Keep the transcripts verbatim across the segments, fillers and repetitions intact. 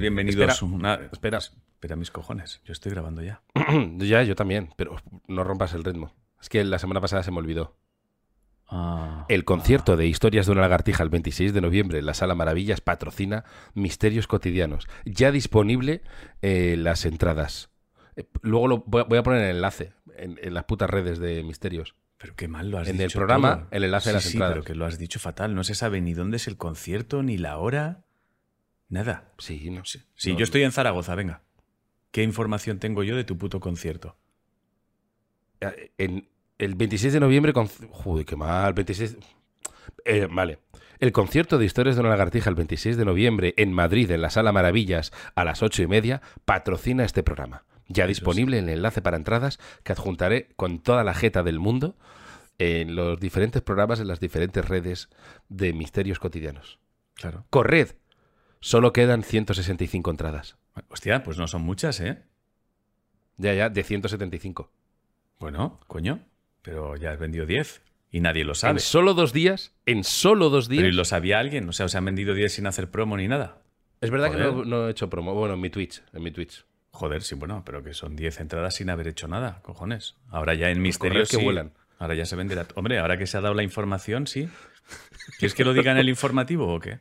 bienvenidos. Espera, una... espera. Espera mis cojones, yo estoy grabando ya. Ya, yo también, pero no rompas el ritmo. Es que la semana pasada se me olvidó. Ah, El concierto ah. de Historias de una lagartija el veintiséis de noviembre en la Sala Maravillas patrocina Misterios Cotidianos. Ya disponible eh, las entradas. Eh, luego lo, voy, a, voy a poner el enlace en, en las putas redes de Misterios. Pero qué mal lo has en dicho. En el programa, todo. el enlace sí, de las sí, entradas. pero que lo has dicho fatal. No se sabe ni dónde es el concierto, ni la hora. Nada. Sí, no Sí, sí no, yo estoy en Zaragoza, venga. ¿Qué información tengo yo de tu puto concierto? En el veintiséis de noviembre... Con... Joder, qué mal. veintiséis... Eh, vale. El concierto de Historias de una lagartija el veintiséis de noviembre en Madrid, en la Sala Maravillas, a las ocho y media, patrocina este programa. Ya Eso disponible sí. en el enlace para entradas que adjuntaré con toda la jeta del mundo en los diferentes programas, en las diferentes redes de Misterios Cotidianos. Claro. ¡Corred! Solo quedan ciento sesenta y cinco entradas. Hostia, pues no son muchas, ¿eh? Ya, ya, de ciento setenta y cinco. Bueno, coño, pero ya has vendido diez y nadie lo sabe. En solo dos días, en solo dos días... Pero ¿y lo sabía alguien? O sea, ¿os han vendido diez sin hacer promo ni nada? Es verdad Joder. que no, no he hecho promo. Bueno, en mi Twitch, en mi Twitch. Joder, sí, bueno, pero que son diez entradas sin haber hecho nada, cojones. Ahora ya en Los Misterios correos que sí. vuelan. Ahora ya se venderá. Hombre, ahora que se ha dado la información, sí. ¿Quieres que lo diga en el informativo o qué?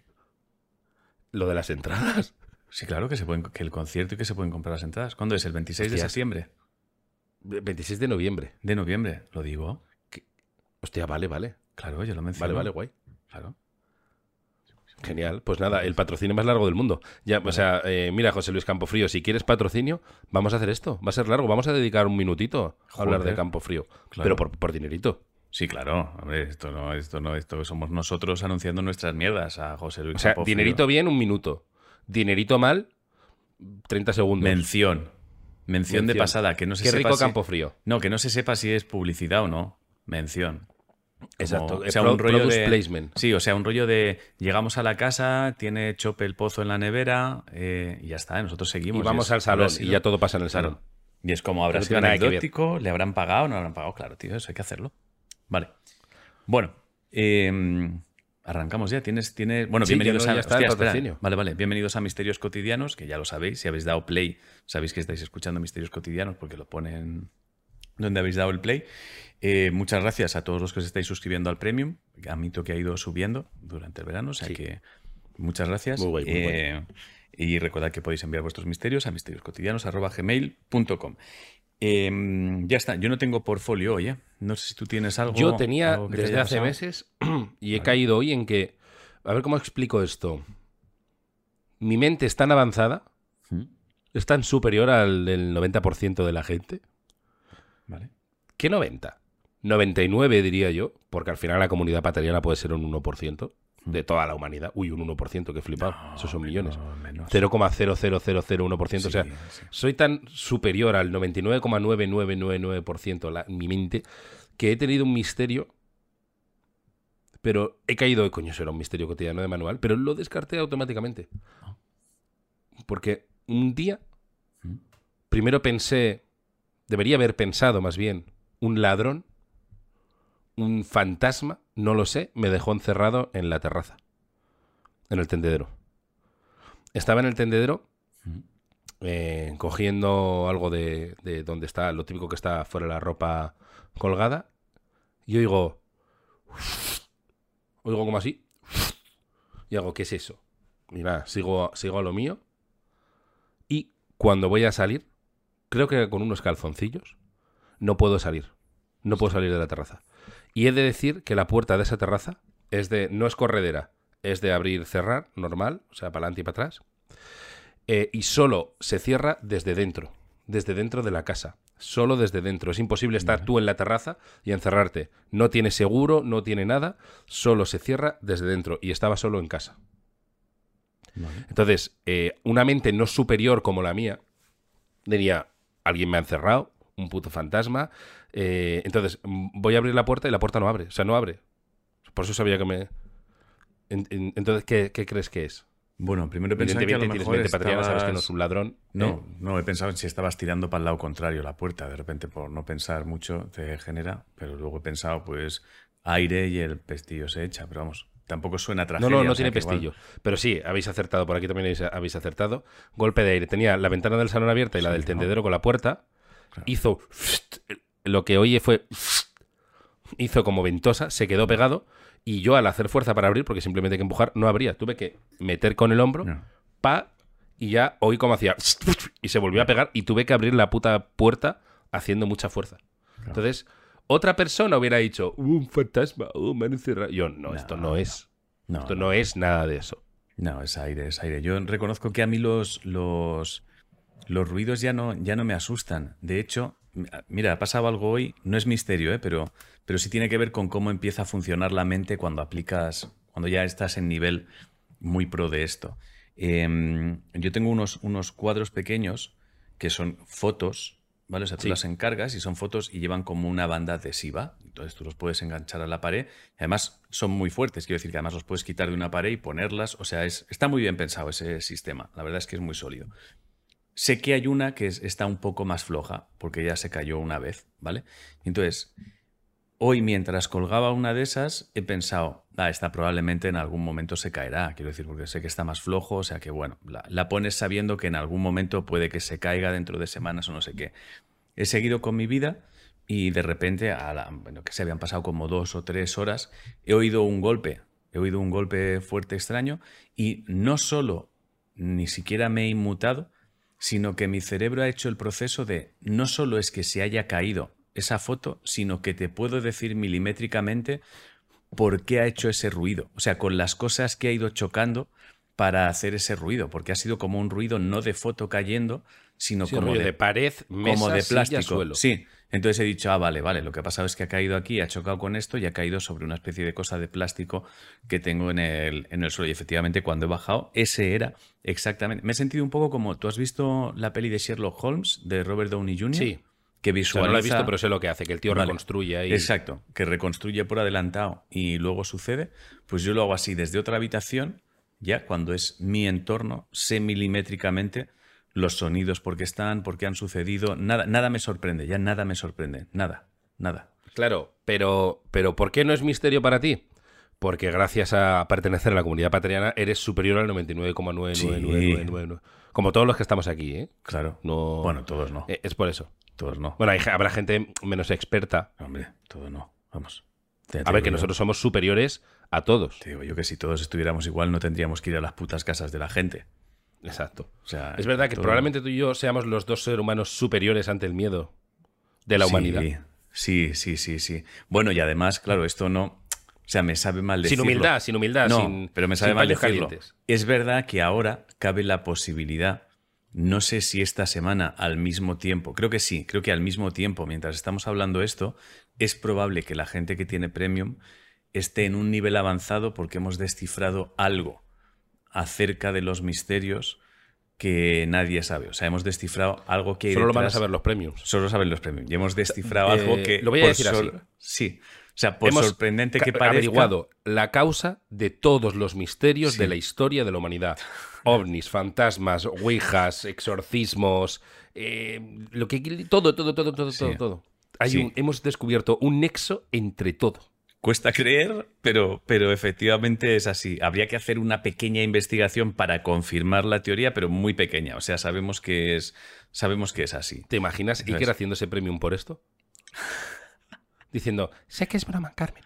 Lo de las entradas. Sí, claro, que se pueden, que el concierto y que se pueden comprar las entradas. ¿Cuándo es? ¿El veintiséis Hostias. de septiembre? veintiséis de noviembre. De noviembre, lo digo. Hostia, vale, vale. Claro, yo lo menciono. Vale, vale, guay. Claro. Genial. Pues nada, el patrocinio más largo del mundo. Ya, Vale. O sea, eh, mira, José Luis Campofrío, si quieres patrocinio, vamos a hacer esto. Va a ser largo. Vamos a dedicar un minutito a hablar Joder. de Campofrío. Claro. Pero por, por dinerito. Sí, claro. Hombre, esto no, esto no, esto somos nosotros anunciando nuestras mierdas a José Luis O sea, Campofrío. dinerito bien, un minuto. Dinerito mal, treinta segundos. Mención. Mención de Mención. pasada, que no se Qué sepa rico si- Campofrío. No, que no se sepa si es publicidad o no. Mención. Como- Exacto. o Eh, sea, pro- un rollo product de... placement. Sí, o sea, un rollo de llegamos a la casa, tiene chope el pozo en la nevera eh, y ya está, nosotros seguimos. Y vamos es- al salón habrá sido- y ya todo pasa en el Claro. salón. Y es como habrá No sido tiene nada que ver. anecdótico, le habrán pagado, no le habrán pagado, claro, tío, eso hay que hacerlo. Vale. Bueno, eh, arrancamos ya. Tienes, tienes... Bueno, Sí, bienvenidos ya no, a... ya está el Hostia, espera. patrocinio. Vale, vale. Bienvenidos a Misterios Cotidianos, que ya lo sabéis. Si habéis dado play, sabéis que estáis escuchando Misterios Cotidianos porque lo ponen donde habéis dado el play. Eh, muchas gracias a todos los que os estáis suscribiendo al Premium. Admito que ha ido subiendo durante el verano, o sea Sí. que muchas gracias. Muy guay, muy Eh, y recordad que podéis enviar vuestros misterios a misterioscotidianos arroba gmail punto com. Eh, ya está, yo no tengo portfolio hoy, ¿eh? No sé si tú tienes algo. Yo tenía algo que te desde haya hace pasado. meses y he Vale. caído hoy en que... A ver cómo explico esto. Mi mente es tan avanzada, ¿Mm? es tan superior al del noventa por ciento de la gente. Vale. ¿Qué noventa? noventa y nueve diría yo, porque al final la comunidad patariana puede ser un uno por ciento de toda la humanidad. Uy, un uno por ciento, qué flipado. No, Esos son menos, millones. menos. cero coma cero cero cero cero uno por ciento. Sí, o sea, sí. soy tan superior al noventa y nueve coma nueve nueve nueve nueve por ciento la, mi mente que he tenido un misterio, pero he caído, coño, eso era un misterio cotidiano de manual, pero lo descarté automáticamente. Porque un día, ¿Mm? primero pensé, debería haber pensado más bien, un ladrón, un fantasma, no lo sé, me dejó encerrado en la terraza, en el tendedero. Estaba en el tendedero ¿Mm? eh, cogiendo algo de, de donde está, lo típico que está fuera de la ropa colgada, y oigo, oigo como así, y hago, ¿qué es eso? Y nada, sigo, sigo a lo mío, y cuando voy a salir, creo que con unos calzoncillos, no puedo salir, no puedo salir de la terraza. Y he de decir que la puerta de esa terraza es de, no es corredera, es de abrir, cerrar, normal, o sea, para adelante y para atrás. Eh, y solo se cierra desde dentro, desde dentro de la casa, solo desde dentro. Es imposible estar Vale. tú en la terraza y encerrarte. No tiene seguro, no tiene nada, solo se cierra desde dentro. Y estaba solo en casa. Vale. Entonces, eh, una mente no superior como la mía diría, alguien me ha encerrado, un puto fantasma. Eh, entonces, mm, voy a abrir la puerta y la puerta no abre. O sea, no abre. Por eso sabía que me... En- en- entonces, ¿qué, qué crees que es? Bueno, primero pensaba que a lo Evidentemente tienes mejor mente patriana, sabes que no estabas- es un ladrón. No, ¿eh? no, he pensado en si estabas tirando para el lado contrario la puerta. De repente, por no pensar mucho, te genera. Pero luego he pensado, pues, aire y el pestillo se echa. Pero vamos, tampoco suena tragedia. No, no, no o sea tiene que igual- pestillo. Pero sí, habéis acertado. Por aquí también habéis, habéis acertado. Golpe de aire. Tenía la ventana del salón abierta y la Sí, del ¿no? tendedero con la puerta. Claro. Hizo... Lo que oye fue... Hizo como ventosa, se quedó pegado. Y yo, al hacer fuerza para abrir, porque simplemente hay que empujar, no abría. Tuve que meter con el hombro, No. pa, y ya oí como hacía... Y se volvió a pegar y tuve que abrir la puta puerta haciendo mucha fuerza. Entonces, otra persona hubiera dicho, "Uh, un fantasma, uh, me han encerrado". Yo, no, No, esto no es. No, Esto no. no es nada de eso. No, es aire, es aire. Yo reconozco que a mí los, los, los ruidos ya no, ya no me asustan. De hecho, mira, ha pasado algo hoy, no es misterio, ¿eh? pero, pero sí tiene que ver con cómo empieza a funcionar la mente cuando aplicas, cuando ya estás en nivel muy pro de esto. Eh, yo tengo unos, unos cuadros pequeños que son fotos, ¿vale? O sea, tú Sí. las encargas y son fotos y llevan como una banda adhesiva. Entonces tú los puedes enganchar a la pared. Además, son muy fuertes. Quiero decir que además los puedes quitar de una pared y ponerlas. O sea, es, está muy bien pensado ese sistema. La verdad es que es muy sólido. Sé que hay una que es- está un poco más floja, porque ya se cayó una vez, ¿vale? Entonces, hoy mientras colgaba una de esas, he pensado, ah, esta probablemente en algún momento se caerá. Quiero decir, porque sé que está más flojo, o sea que bueno, la, la pones sabiendo que en algún momento puede que se caiga dentro de semanas o no sé qué. He seguido con mi vida y de repente, a la, bueno, que se habían pasado como dos o tres horas, he oído un golpe. He oído un golpe fuerte, extraño, y no solo ni siquiera me he inmutado, sino que mi cerebro ha hecho el proceso de no solo es que se haya caído esa foto, sino que te puedo decir milimétricamente por qué ha hecho ese ruido. O sea, con las cosas que ha ido chocando para hacer ese ruido, porque ha sido como un ruido no de foto cayendo, sino Sí, como rollo de, de pared, mesa, como de silla, plástico. suelo. Sí. Entonces he dicho, ah, vale, vale, lo que ha pasado es que ha caído aquí, ha chocado con esto y ha caído sobre una especie de cosa de plástico que tengo en el, en el suelo. Y efectivamente, cuando he bajado, ese era exactamente. Me he sentido un poco como, ¿tú has visto la peli de Sherlock Holmes de Robert Downey junior? Sí. Que O sea, visualiza... no lo he visto, pero sé lo que hace, que el tío Vale. reconstruye ahí. Exacto, que reconstruye por adelantado y luego sucede. Pues yo lo hago así desde otra habitación, ya cuando es mi entorno, sé milimétricamente los sonidos, por qué están, por qué han sucedido. Nada, nada me sorprende, ya nada me sorprende. Nada, nada. Claro, pero, pero ¿por qué no es misterio para ti? Porque gracias a pertenecer a la comunidad patriana eres superior al noventa y nueve coma nueve nueve nueve nueve nueve. Como todos los que estamos aquí, ¿eh? Claro. No... Bueno, todos no. Eh, Es por eso. Todos no. Bueno, hay, habrá gente menos experta. Hombre, todos no. Vamos. Ya te A ver, digo que yo- nosotros somos superiores a todos. Te digo yo que si todos estuviéramos igual no tendríamos que ir a las putas casas de la gente. Exacto. O sea, Es verdad que todo- probablemente tú y yo seamos los dos seres humanos superiores ante el miedo de la Sí, humanidad. Sí, sí, sí, sí. Bueno, y además, claro, esto no... O sea, me sabe mal Sin decirlo. humildad, sin humildad, No, sin pero me sabe sin mal paños decirlo. calientes. Es verdad que ahora cabe la posibilidad, no sé si esta semana al mismo tiempo, creo que sí, creo que al mismo tiempo, mientras estamos hablando esto, es probable que la gente que tiene Premium esté en un nivel avanzado porque hemos descifrado algo acerca de los misterios que nadie sabe. O sea, hemos descifrado algo que hay Solo lo van a detrás- saber los premiums. Solo saben los premios. Y hemos descifrado Eh, algo que... lo voy a por decir así. Sí. O sea, por Hemos sorprendente que ca- parezca... averiguado la causa de todos los misterios Sí. de la historia de la humanidad. Ovnis, fantasmas, ouijas, exorcismos, eh, lo que todo, todo, todo, todo, Sí. todo, todo. Hay Sí. un- hemos descubierto un nexo entre todo. Cuesta creer, pero, pero efectivamente es así. Habría que hacer una pequeña investigación para confirmar la teoría, pero muy pequeña. O sea, sabemos que es, sabemos que es así. ¿Te imaginas Eso Iker es. haciéndose premium por esto? Diciendo, sé que es broma, Carmen.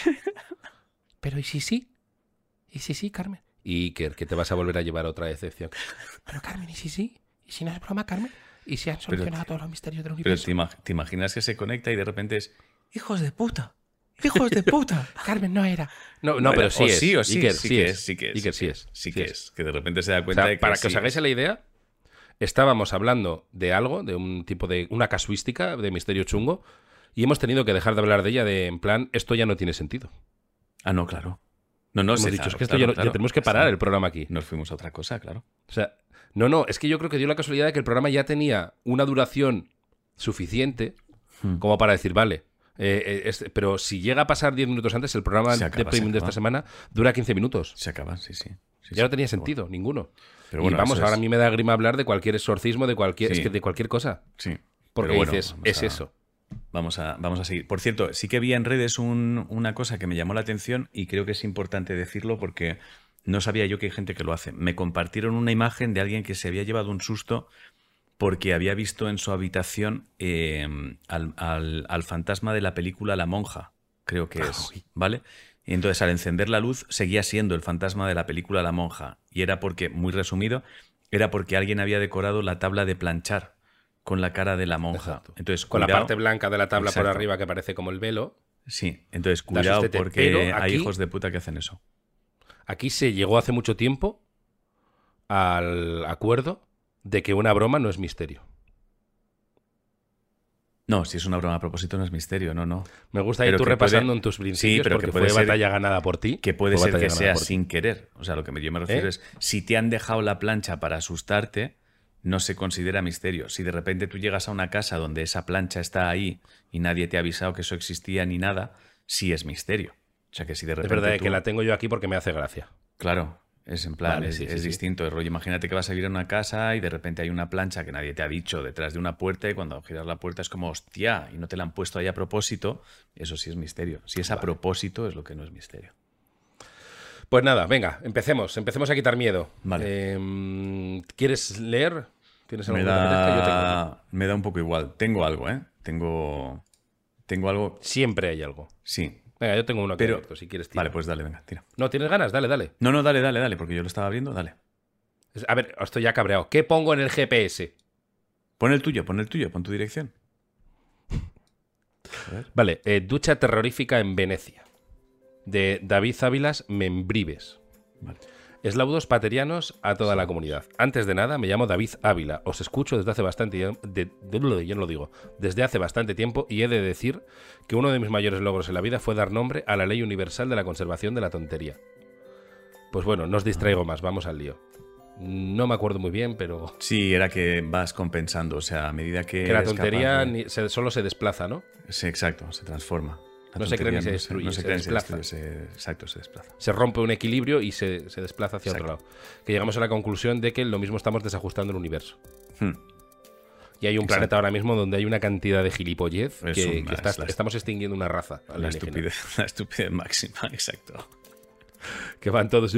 Pero ¿y si sí? ¿Y si sí, Carmen? Y Iker, que te vas a volver a llevar a otra decepción. Pero Carmen, ¿y si sí? ¿Y si no es broma, Carmen? ¿Y si han solucionado te- todos los misterios del Pero universo? te, ima- te imaginas que se conecta y de repente es... ¡Hijos de puta! ¡Hijos de puta! Carmen no era. No, no, No, pero era- sí o es. sí, o sí, Iker, sí sí que es. es, sí que es, Iker, sí sí que es. Sí sí que es. Que de repente se da O cuenta sea, de que para que sí os hagáis es. la idea, estábamos hablando de algo, de un tipo de... una casuística de misterio chungo, y hemos tenido que dejar de hablar de ella de, en plan, esto ya no tiene sentido. Ah, no, claro. No, no, Hemos sí, dicho, claro, es que esto claro, ya, no- claro. ya tenemos que parar Sí. el programa aquí. Nos fuimos a otra cosa, claro. O sea, no, no, es que yo creo que dio la casualidad de que el programa ya tenía una duración suficiente Hmm. como para decir, vale, eh, eh, es- pero si llega a pasar diez minutos antes, el programa Se acaba, de se Premium de acaba. esta semana dura quince minutos. Se acaba, sí, sí. Sí, Ya sí. no tenía Pero sentido, ninguno. Pero bueno, y vamos, eso ahora es- a mí me da grima hablar de cualquier exorcismo, de cualquier, Sí. es que de cualquier cosa. Sí. Porque Pero bueno, dices, vamos es a- eso. Vamos a, vamos a seguir. Por cierto, sí que vi en redes un- una cosa que me llamó la atención y creo que es importante decirlo porque no sabía yo que hay gente que lo hace. Me compartieron una imagen de alguien que se había llevado un susto porque había visto en su habitación eh, al, al- al fantasma de la película La Monja, creo que es, Uy. ¿vale? Y entonces al encender la luz seguía siendo el fantasma de la película La Monja. Y era porque, muy resumido, era porque alguien había decorado la tabla de planchar con la cara de la monja. Exacto. Entonces, Con la cuidado. parte blanca de la tabla por Exacto. arriba que parece como el velo. Sí, entonces Da cuidado sustete, porque pero hay aquí- hijos de puta que hacen eso. Aquí se llegó hace mucho tiempo al acuerdo de que una broma no es misterio. No, si es una broma a propósito no es misterio, no, no. Me gusta ir Pero tú que repasando puede- en tus principios pero porque que fue puede ser- batalla ganada por ti. Que puede Fue ser batalla que ganada sea por ti. sin querer. O sea, lo que me- yo me refiero ¿Eh? es, si te han dejado la plancha para asustarte, no se considera misterio. Si de repente tú llegas a una casa donde esa plancha está ahí y nadie te ha avisado que eso existía ni nada, sí es misterio. O sea, que si de Es repente verdad tú- que la tengo yo aquí porque me hace gracia. Claro, es en plan, Vale, es, sí, sí, es sí. distinto. El rollo, imagínate que vas a vivir en una casa y de repente hay una plancha que nadie te ha dicho detrás de una puerta y cuando giras la puerta es como, hostia, y no te la han puesto ahí a propósito. Eso sí es misterio. Si es a propósito es lo que no es misterio. Pues nada, venga, empecemos. Empecemos a quitar miedo. Vale. Eh, ¿Quieres leer? ¿Tienes algo Me que te apetezca? Yo tengo. da, me da un poco igual. Tengo algo, ¿eh? Tengo, tengo algo. Siempre hay algo. Sí. Venga, yo tengo uno aquí Pero, abierto, si quieres tirar. vale, pues dale, venga, tira. No, ¿tienes ganas? Dale, dale. No, no, dale, dale, dale, porque yo lo estaba abriendo, dale. A ver, estoy ya cabreado. ¿Qué pongo en el G P S? Pon el tuyo, pon el tuyo, pon tu dirección. A ver. Vale, eh, ducha terrorífica en Venecia. De David Ávilas Membrives. Vale. Eslaudos paterianos a toda la comunidad. Antes de nada, me llamo David Ávila. Os escucho desde hace bastante tiempo. De, de- yo no lo digo. Desde hace bastante tiempo y he de decir que uno de mis mayores logros en la vida fue dar nombre a la ley universal de la conservación de la tontería. Pues bueno, no os distraigo más, vamos al lío. No me acuerdo muy bien, pero Sí, era que vas compensando, o sea, a medida que. que la eres capaz tontería de- ni- se- solo se desplaza, ¿no? Sí, exacto, se transforma. La No se crea tontería ni se no destruye, no se se crea ni se desplaza. destruye, se- exacto, se desplaza. Se rompe un equilibrio y se, se desplaza hacia otro Exacto. lado. Que llegamos a la conclusión de que lo mismo estamos desajustando el universo. Hmm. Y hay un Exacto. planeta ahora mismo donde hay una cantidad de gilipollez Es que, una- que está- es la- estamos extinguiendo una raza La alienígena. estupidez, la estupidez máxima, exacto. Que van todos...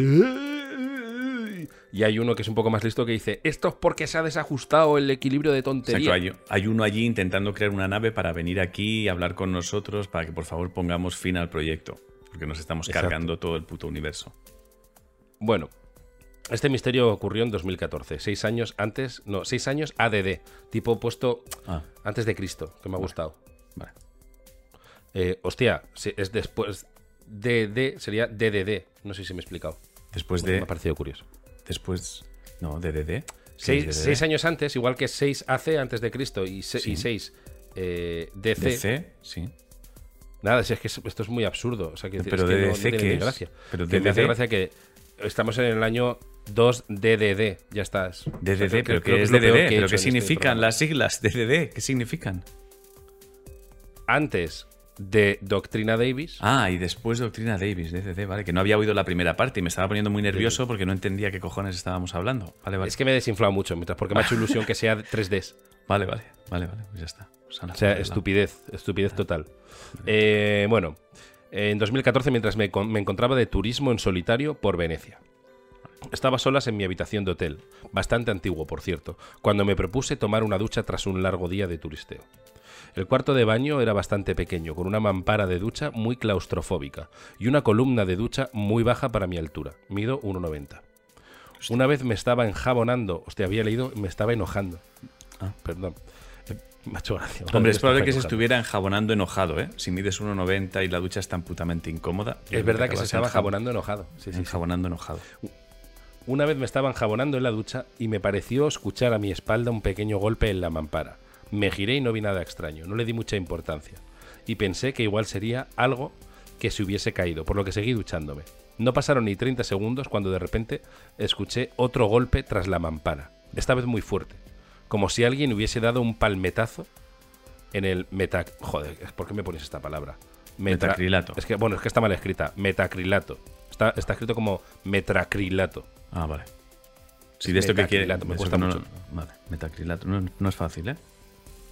Y hay uno que es un poco más listo que dice, esto es porque se ha desajustado el equilibrio de tontería. Exacto, hay, hay uno allí intentando crear una nave para venir aquí y hablar con nosotros para que por favor pongamos fin al proyecto. Porque nos estamos Exacto. cargando todo el puto universo. Bueno, este misterio ocurrió en dos mil catorce, seis años antes, no, seis años A D D, tipo puesto Ah, antes de Cristo, que me ha gustado. vale. Eh, hostia, se- es después D D, sería D D D, no sé si me he explicado. Después Bueno, de. me ha parecido curioso. Después. No, de D D. Seis, ¿Qué es D D D? seis años antes, igual que seis A C antes de Cristo y, se- Sí. y seis eh, D C. D C, sí. Nada, si es que es- esto es muy absurdo. O sea, que, Pero es que D D C, no, no tiene ¿qué ni es? gracia. Pero Que me hace D D D. gracia que estamos en el año dos D D D, ya estás. D D D, O sea, creo- pero creo ¿qué que es lo D peor D D? que he ¿Pero hecho qué en este significan programa. las siglas D D D? ¿Qué significan? Antes de Doctrina Davis. Ah, y después Doctrina Davis, D D D, vale. Que no había oído la primera parte y me estaba poniendo muy nervioso porque no entendía qué cojones estábamos hablando. Vale, vale. Es que me he desinflado mucho, mientras porque me ha hecho ilusión que sea tres D. Vale, vale, vale, vale. Pues ya está. Pues a la O sea, joder, estupidez, estupidez total. Eh, bueno, en dos mil catorce, mientras me, con- me encontraba de turismo en solitario por Venecia. Estaba solas en mi habitación de hotel, bastante antiguo, por cierto, cuando me propuse tomar una ducha tras un largo día de turisteo. El cuarto de baño era bastante pequeño, con una mampara de ducha muy claustrofóbica y una columna de ducha muy baja para mi altura. Mido uno noventa. Una vez me estaba enjabonando, hostia, había leído, me estaba enojando. Ah. Perdón. Eh, Me ha hecho gracia. Hombre, es Me probable estaba que se enojando. estuviera enjabonando enojado, ¿eh? Si mides uno noventa y la ducha es tan putamente incómoda. yo creo Es verdad que se acabas estaba enjab- enjabonando enojado. Sí, sí, sí. enjabonando enojado. Una vez me estaba enjabonando en la ducha y me pareció escuchar a mi espalda un pequeño golpe en la mampara. Me giré y no vi nada extraño, no le di mucha importancia. Y pensé que igual sería algo que se hubiese caído, por lo que seguí duchándome. No pasaron ni treinta segundos cuando de repente escuché otro golpe tras la mampara, esta vez muy fuerte, como si alguien hubiese dado un palmetazo en el meta... Joder, ¿por qué me pones esta palabra? Metra- Metacrilato. Es que, bueno, es que está mal escrita. Metacrilato. Está, está escrito como metracrilato. Ah, vale. Sí, de esto que quiere. Metacrilato, me de eso cuesta que no- mucho. Vale, metacrilato. No, no es fácil, ¿eh?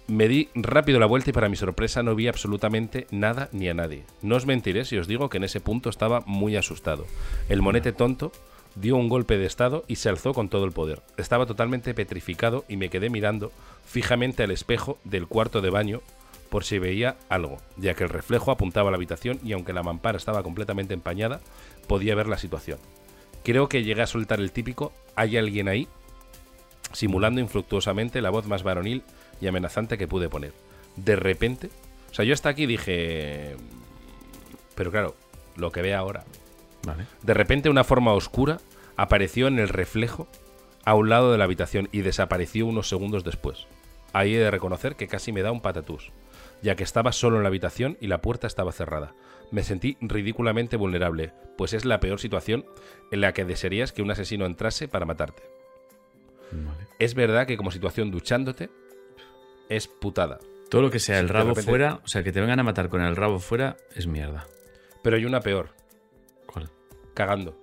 Me di rápido la vuelta y para mi sorpresa no vi absolutamente nada ni a nadie. No os mentiré si os digo que en ese punto estaba muy asustado. El monete tonto dio un golpe de estado y se alzó con todo el poder. Estaba totalmente petrificado y me quedé mirando fijamente al espejo del cuarto de baño por si veía algo, ya que el reflejo apuntaba a la habitación y aunque la mampara estaba completamente empañada, podía ver la situación. Creo que llegué a soltar el típico «¿Hay alguien ahí?», simulando infructuosamente la voz más varonil y amenazante que pude poner. De repente, o sea, yo hasta aquí dije... Pero claro, lo que ve ahora... Vale. De repente una forma oscura apareció en el reflejo a un lado de la habitación y desapareció unos segundos después. Ahí he de reconocer que casi me da un patatús, ya que estaba solo en la habitación y la puerta estaba cerrada. Me sentí ridículamente vulnerable, pues es la peor situación en la que desearías que un asesino entrase para matarte. Vale. Es verdad que como situación duchándote es putada. Todo lo que sea el Sí, de rabo repente- fuera, o sea, que te vengan a matar con el rabo fuera, es mierda. Pero hay una peor, ¿Cuál? cagando.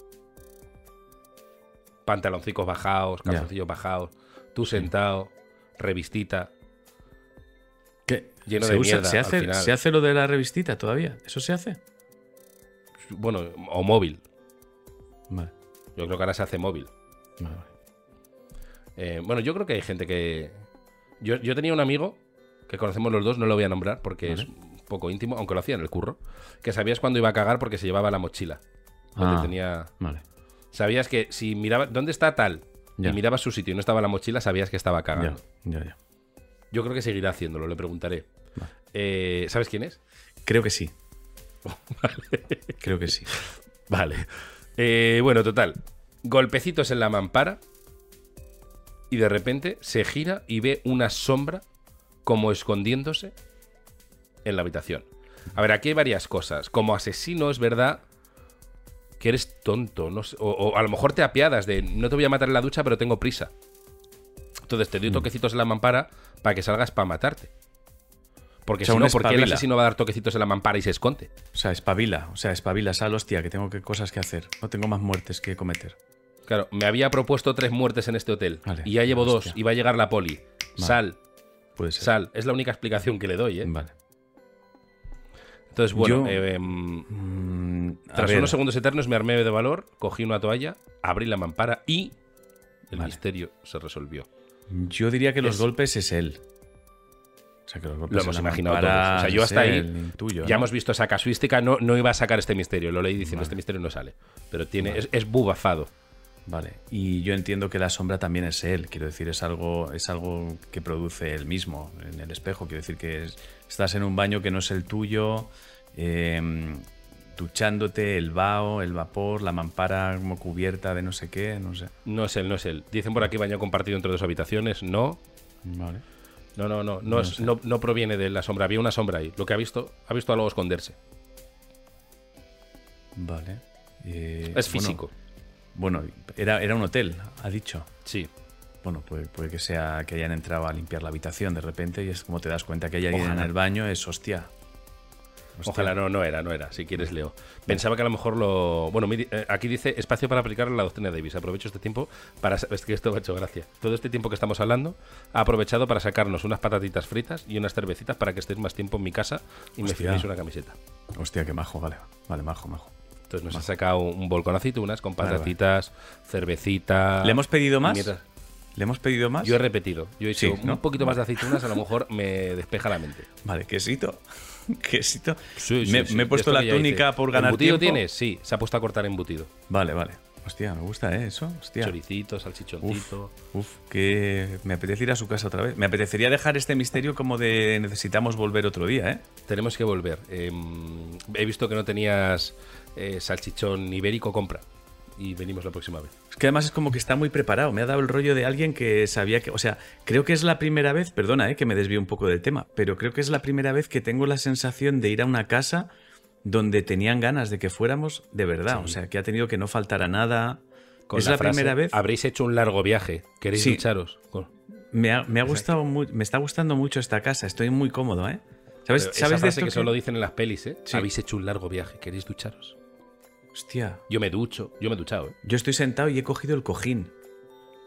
Pantaloncicos bajados, Ya. calzoncillos bajados, tú sentado, revistita, ¿Qué? lleno ¿Se de usa- mierda ¿se al hace, final. ¿Se hace lo de la revistita todavía? ¿Eso se hace? Bueno, o móvil. Vale. Yo creo que ahora se hace móvil. Vale, vale. Eh, bueno, yo creo que hay gente que... Yo, yo tenía un amigo que conocemos los dos, no lo voy a nombrar porque Vale. es un poco íntimo, aunque lo hacía en el curro, que sabías cuándo iba a cagar porque se llevaba la mochila. Donde Ah. tenía... Vale. Sabías que si miraba... ¿Dónde está tal? Ya. Y mirabas su sitio y no estaba la mochila, sabías que estaba Ya, cagando. ya, ya. Yo creo que seguirá haciéndolo, le preguntaré. Vale. Eh, ¿Sabes quién es? Creo que sí. Creo que sí. Vale. Eh, bueno, total. Golpecitos en la mampara y de repente se gira y ve una sombra como escondiéndose en la habitación. A ver, aquí hay varias cosas. Como asesino es verdad que eres tonto. No sé, o, o a lo mejor te apiadas de no te voy a matar en la ducha, pero tengo prisa. Entonces te doy toquecitos en la mampara para que salgas para matarte. Porque O sea, si un no, ¿por qué el espabila. asesino va a dar toquecitos en la mampara y se esconde? O sea, espabila. O sea, espabila, sal, hostia, que tengo que, cosas que hacer. No tengo más muertes que cometer. Claro, me había propuesto tres muertes en este hotel. Vale. Y ya llevo Hostia. dos. Y va a llegar la poli. Sal, Puede ser. sal. Es la única explicación que le doy, ¿eh? Vale. Entonces, bueno, Yo- eh, em, Mm, a tras ver, unos segundos eternos me armé de valor, cogí una toalla, abrí la mampara y el Vale. misterio se resolvió. yo diría que los Es- golpes es él. O sea, que los golpes Lo en hemos la imaginado mampara todos. O sea, yo es hasta ahí él, intuyo, Ya ¿no? hemos visto esa casuística, no, no iba a sacar este misterio, lo leí diciendo, Vale. este misterio no sale. Pero tiene, Vale. es, es bubafado. Vale. Y yo entiendo que la sombra también es él. Quiero decir, es algo, es algo que produce él mismo en el espejo. Quiero decir que es- estás en un baño que no es el tuyo, eh, duchándote, el vaho, el vapor, la mampara como cubierta de no sé qué, no sé. No es él, no es él. Dicen por aquí baño compartido entre dos habitaciones. No, Vale. no, no, no. No, No es- sé. no, no proviene de la sombra. Había una sombra ahí. Lo que ha visto, ha visto algo esconderse. Vale. Eh, Es bueno, físico. Bueno, era, era un hotel, ha dicho. Sí. Bueno, puede, puede que sea que hayan entrado a limpiar la habitación de repente y es como te das cuenta que hay alguien Ojalá. en el baño, es hostia. Hostia. Ojalá no, no era, no era. Si quieres, leo. Pensaba que a lo mejor lo. Bueno, mi- eh, aquí dice espacio para aplicar la doctrina Davis. Aprovecho este tiempo para. Es que esto me ha hecho gracia. Todo este tiempo que estamos hablando, ha aprovechado para sacarnos unas patatitas fritas y unas cervecitas para que estéis más tiempo en mi casa y me Hostia. firméis una camiseta. Hostia, qué majo, vale. Vale, majo, majo. Entonces nos ha sacado un bol con aceitunas, con Vale, vale. patatitas, cervecita. ¿Le hemos pedido más? mierda. ¿Le hemos pedido más? Yo he repetido. Yo he dicho Sí, ¿no? un poquito más de aceitunas, a lo mejor me despeja la mente. Vale, quesito. Quesito. Sí, sí, me, sí. me he puesto Esto la que ya túnica hice. por ganar ¿Embutido tiempo. tienes? Sí, se ha puesto a cortar embutido. Vale, vale. Hostia, me gusta, ¿eh? Eso. Hostia. Choricito, Uf, salchichoncito. uf, que me apetece ir a su casa otra vez. Me apetecería dejar este misterio como de necesitamos volver otro día, ¿eh? Tenemos que volver. Eh, he visto que no tenías eh, salchichón ibérico, compra. Y venimos la próxima vez. Es que además es como que está muy preparado. Me ha dado el rollo de alguien que sabía que... O sea, creo que es la primera vez... Perdona, ¿eh? Que me desvío un poco del tema. Pero creo que es la primera vez que tengo la sensación de ir a una casa donde tenían ganas de que fuéramos de verdad. Sí. O sea, que ha tenido que no faltara nada. Con es la, frase, primera vez... Habréis hecho un largo viaje. ¿Queréis Sí. ducharos? Con- Me ha, me ha gustado muy, me está gustando mucho esta casa. Estoy muy cómodo, ¿eh? ¿Sabes, Pero esa ¿sabes de frase esto que, que- solo dicen en las pelis, ¿eh? Sí. Habéis hecho un largo viaje. ¿Queréis ducharos? Hostia. Yo me ducho. Yo me he duchado, ¿eh? Yo estoy sentado y he cogido el cojín.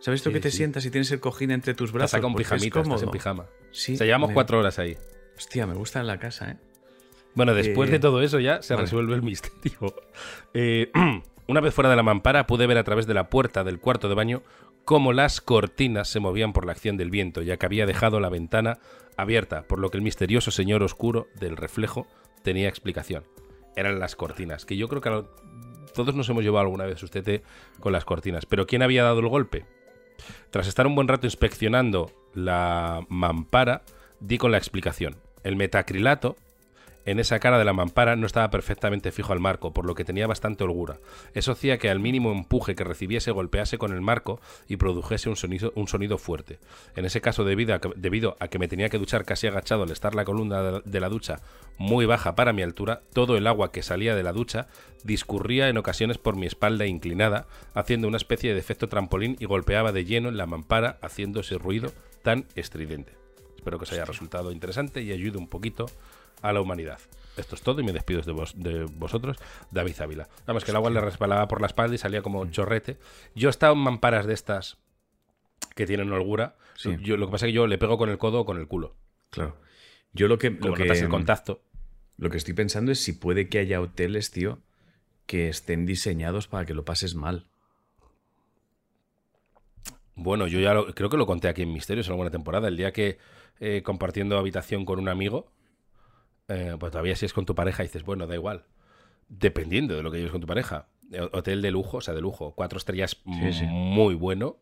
¿Sabes esto Sí, que sí, te sí. sientas y tienes el cojín entre tus Te brazos? saca un Porque es pijamita, estás en cómodo. pijama. Sí, O sea, llevamos me- cuatro horas ahí. Hostia, me gusta en la casa, ¿eh? Bueno, después Eh, de todo eso ya se vale. resuelve el misterio. Eh, una vez fuera de la mampara pude ver a través de la puerta del cuarto de baño cómo las cortinas se movían por la acción del viento, ya que había dejado la ventana abierta, por lo que el misterioso señor oscuro del reflejo tenía explicación. Eran las cortinas, que yo creo que a lo- todos nos hemos llevado alguna vez sustete con las cortinas. Pero ¿quién había dado el golpe? Tras estar un buen rato inspeccionando la mampara, di con la explicación. El metacrilato en esa cara de la mampara no estaba perfectamente fijo al marco, por lo que tenía bastante holgura. Eso hacía que al mínimo empuje que recibiese golpease con el marco y produjese un sonido, un sonido fuerte. En ese caso, debido a, que, debido a que me tenía que duchar casi agachado al estar la columna de, de la ducha muy baja para mi altura, todo el agua que salía de la ducha discurría en ocasiones por mi espalda inclinada, haciendo una especie de efecto trampolín y golpeaba de lleno en la mampara, haciendo ese ruido tan estridente. Espero que os haya resultado interesante y ayude un poquito a la humanidad. Esto es todo y me despido de, vos, de vosotros, David Ávila. Vamos, que el agua le resbalaba por la espalda y salía como chorrete. Yo he estado en mamparas de estas que tienen holgura. Sí. Yo, lo que pasa es que yo le pego con el codo o con el culo. Claro. Yo lo que, Como lo que, notas el contacto. lo que estoy pensando es si puede que haya hoteles, tío, que estén diseñados para que lo pases mal. Bueno, yo ya lo, creo que lo conté aquí en Misterios en alguna temporada. El día que eh, compartiendo habitación con un amigo, eh, pues todavía si es con tu pareja dices, bueno, da igual. Dependiendo de lo que lleves con tu pareja. Eh, Hotel de lujo, o sea, de lujo. Cuatro estrellas Sí, sí. muy bueno.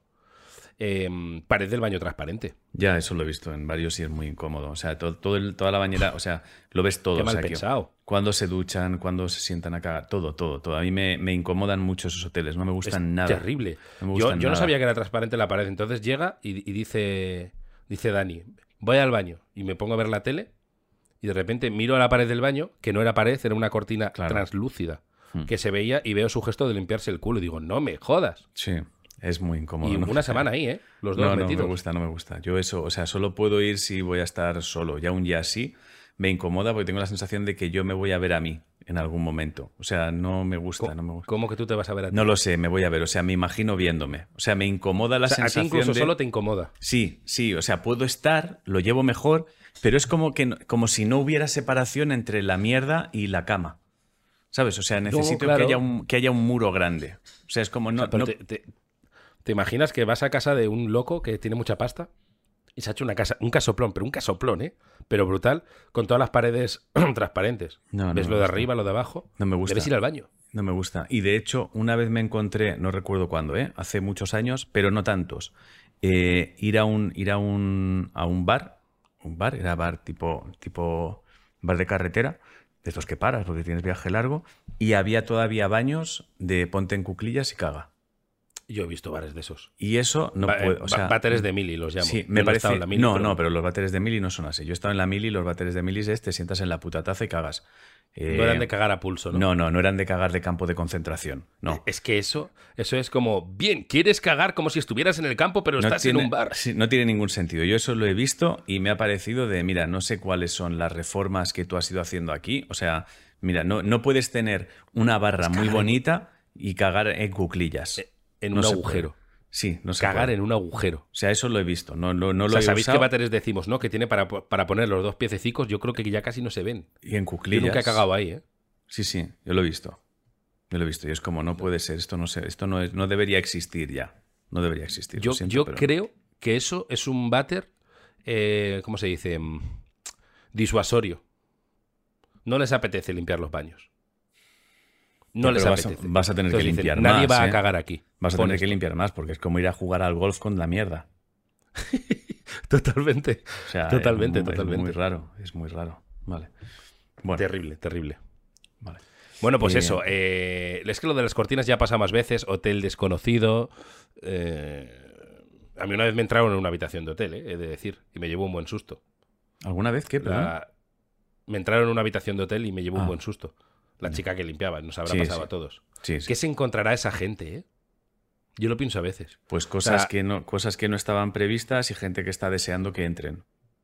Eh, pared del baño transparente. Ya, eso lo he visto en varios y es muy incómodo. O sea, todo, todo el- toda la bañera, o sea, lo ves todo. Qué o mal sea, que pensado. cuando se duchan, cuando se sientan a cagar, todo, todo, todo. A mí me, me incomodan mucho esos hoteles, no me Es gustan nada. terrible. No me yo gustan yo no nada. sabía que era transparente la pared. Entonces llega y, y dice, dice Dani, voy al baño y me pongo a ver la tele y de repente miro a la pared del baño, que no era pared, era una cortina Claro. translúcida Hmm. que se veía y veo su gesto de limpiarse el culo y digo, no me jodas. Sí, es muy incómodo. Y ¿no? una semana ahí, ¿eh? Los dos No, no metidos. me gusta, no me gusta. Yo eso, o sea, solo puedo ir si voy a estar solo. Ya un día así me incomoda porque tengo la sensación de que yo me voy a ver a mí en algún momento. O sea, no me gusta, ¿Cómo, no me gusta. cómo que tú te vas a ver a ti? No lo sé, me voy a ver. O sea, me imagino viéndome. O sea, me incomoda la O sea, a ti sensación incluso de... solo te incomoda. Sí, sí, o sea, puedo estar, lo llevo mejor, pero es como que no- como si no hubiera separación entre la mierda y la cama. ¿Sabes? O sea, necesito claro. que, haya un, que haya un muro grande. O sea, es como no... O sea, pero no- te, te- ¿te imaginas que vas a casa de un loco que tiene mucha pasta y se ha hecho una casa, un casoplón, pero un casoplón, ¿eh? Pero brutal, con todas las paredes transparentes. No, no Ves me lo de gusta. arriba, lo de abajo. No me gusta. Debes ir al baño. No me gusta. Y de hecho, una vez me encontré, no recuerdo cuándo, ¿eh? Hace muchos años, pero no tantos, eh, ir a un, ir a un, a un bar, un bar, era bar tipo, tipo bar de carretera, de estos que paras porque tienes viaje largo, y había todavía baños de ponte en cuclillas y caga. Yo he visto bares de esos. Y eso no Ba- puede, eh, o sea, váteres de mili los llamo. sí, Yo me no he parece. estado en la mili, no, pero- no, pero los váteres de mili no son así. Yo he estado en la mili y los váteres de mili es te sientas en la puta taza y cagas. Eh, No eran de cagar a pulso, ¿no? No, no, no eran de cagar de campo de concentración. No. Es que eso, eso es como, bien, quieres cagar como si estuvieras en el campo, pero estás tiene, en un bar. sí, no tiene ningún sentido. Yo eso lo he visto y me ha parecido de, mira, no sé cuáles son las reformas que tú has ido haciendo aquí. O sea, mira, no, no puedes tener una barra muy cagar en- bonita y cagar en cuclillas. En No un se agujero. puede. Sí, no se Cagar puede. en un agujero. O sea, eso lo he visto. No, no, no O lo sea, he ¿sabéis usado. qué váteres decimos, no? Que tiene para, para poner los dos piececicos, yo creo que ya casi no se ven. Y en Yo cuclillas. nunca he cagado ahí, ¿eh? Sí, sí, yo lo he visto. Yo lo he visto. Y es como, no puede ser. Esto no, sé, esto no, es, no debería existir ya. No debería existir. Yo, lo siento, yo pero- creo que eso es un váter, eh, ¿cómo se dice? Mm, Disuasorio. No les apetece limpiar los baños. No Ya, les pero vas a- apetece. vas a tener que Entonces dicen, limpiar Nadie más, va ¿eh? a cagar aquí. Vas a Pon tener que esto. limpiar más porque es como ir a jugar al golf con la mierda. Totalmente. O sea, Totalmente, es muy, totalmente. Es muy raro, es muy raro. Vale. Bueno, Terrible, terrible. vale. Bueno, pues Eh, eso. eh, es que lo de las cortinas ya pasa más veces. Hotel desconocido. eh, a mí una vez me entraron en una habitación de hotel, eh, he de decir, y me llevó un buen susto. ¿Alguna vez qué? Perdón? La- Me entraron en una habitación de hotel y me llevó Ah. un buen susto. La chica que limpiaba, nos habrá Sí, pasado sí. a todos. Sí, sí. ¿Qué se encontrará esa gente, eh? Yo lo pienso a veces. Pues cosas, sea- que no, cosas que no estaban previstas y gente que está deseando que entren.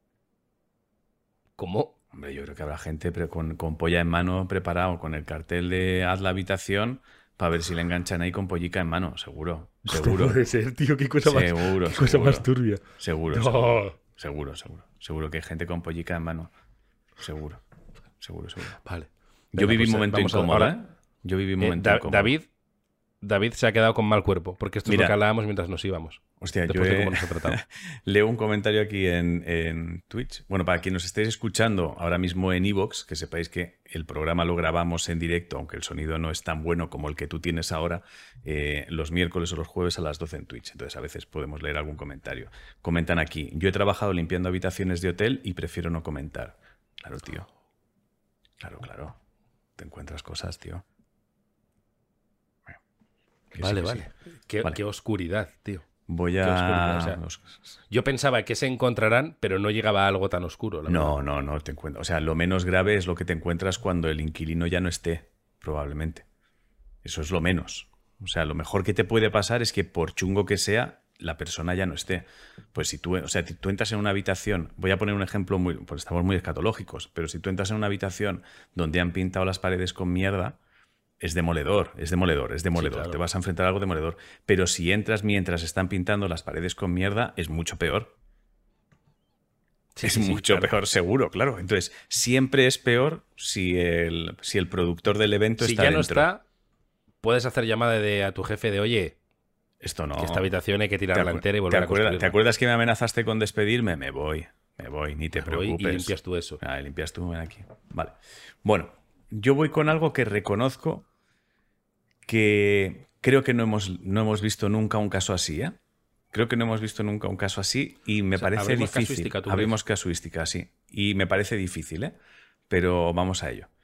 ¿Cómo? Hombre, yo creo que habrá gente pre- con, con polla en mano preparado, con el cartel de haz la habitación, Para ver si le enganchan ahí con pollica en mano, seguro. Seguro. No puede ser, tío, qué cosa, seguro, más, qué cosa seguro. más turbia. Seguro, No. seguro, seguro, seguro. Seguro que hay gente con pollica en mano. Seguro, seguro, seguro. Vale. Yo Venga, viví pues, un momento vamos a- incómodo, ahora, ¿eh? Yo viví un eh, momento Da- incómodo. David, David se ha quedado con mal cuerpo, porque esto es Mira. lo que hablábamos mientras nos íbamos. Hostia, yo Después de he- cómo nos ha tratado. leo un comentario aquí en, en Twitch. Bueno, para quien nos estéis escuchando ahora mismo en iVoox, que sepáis que el programa lo grabamos en directo, aunque el sonido no es tan bueno como el que tú tienes ahora, eh, los miércoles o los jueves a las doce en Twitch. Entonces a veces podemos leer algún comentario. Comentan aquí, yo he trabajado limpiando habitaciones de hotel y prefiero no comentar. Claro, tío. Claro, claro. Te encuentras cosas, tío. Bueno, que sí, Vale, que sí. vale. Qué, Vale. qué oscuridad, tío. Voy Qué oscuridad, a... o sea, Yo pensaba que se encontrarán, pero no llegaba a algo tan oscuro. La No, verdad. no, no te encuentras. O sea, lo menos grave es lo que te encuentras cuando el inquilino ya no esté, probablemente. Eso es lo menos. O sea, lo mejor que te puede pasar es que por chungo que sea, la persona ya no esté. Pues si tú, o sea, si tú entras en una habitación, voy a poner un ejemplo muy, pues estamos muy escatológicos, pero si tú entras en una habitación donde han pintado las paredes con mierda, es demoledor, es demoledor, es demoledor. claro. Te vas a enfrentar a algo demoledor. Pero si entras mientras están pintando las paredes con mierda, es mucho peor. Sí, es sí, sí, mucho claro. peor, seguro, claro. Entonces, siempre es peor si el, si el productor del evento Si está ya no dentro. está, puedes hacer llamada de, a tu jefe de, oye, Esto no. que esta habitación hay que ¿Te, tirarla acu- entera y ¿te volver a acuerdas, construirla. ¿Te acuerdas que me amenazaste con despedirme? Me voy, me voy, ni te Me voy y preocupes. limpias tú eso. Ah, limpias tú, ven aquí. Vale. Bueno, yo voy con algo que reconozco que creo que no hemos, no hemos visto nunca un caso así, ¿eh? Creo que no hemos visto nunca un caso así y me O sea, parece abrimos difícil. casuística, ¿tú Abrimos casuística, sí. Y me parece difícil, ¿eh? Pero vamos a ello.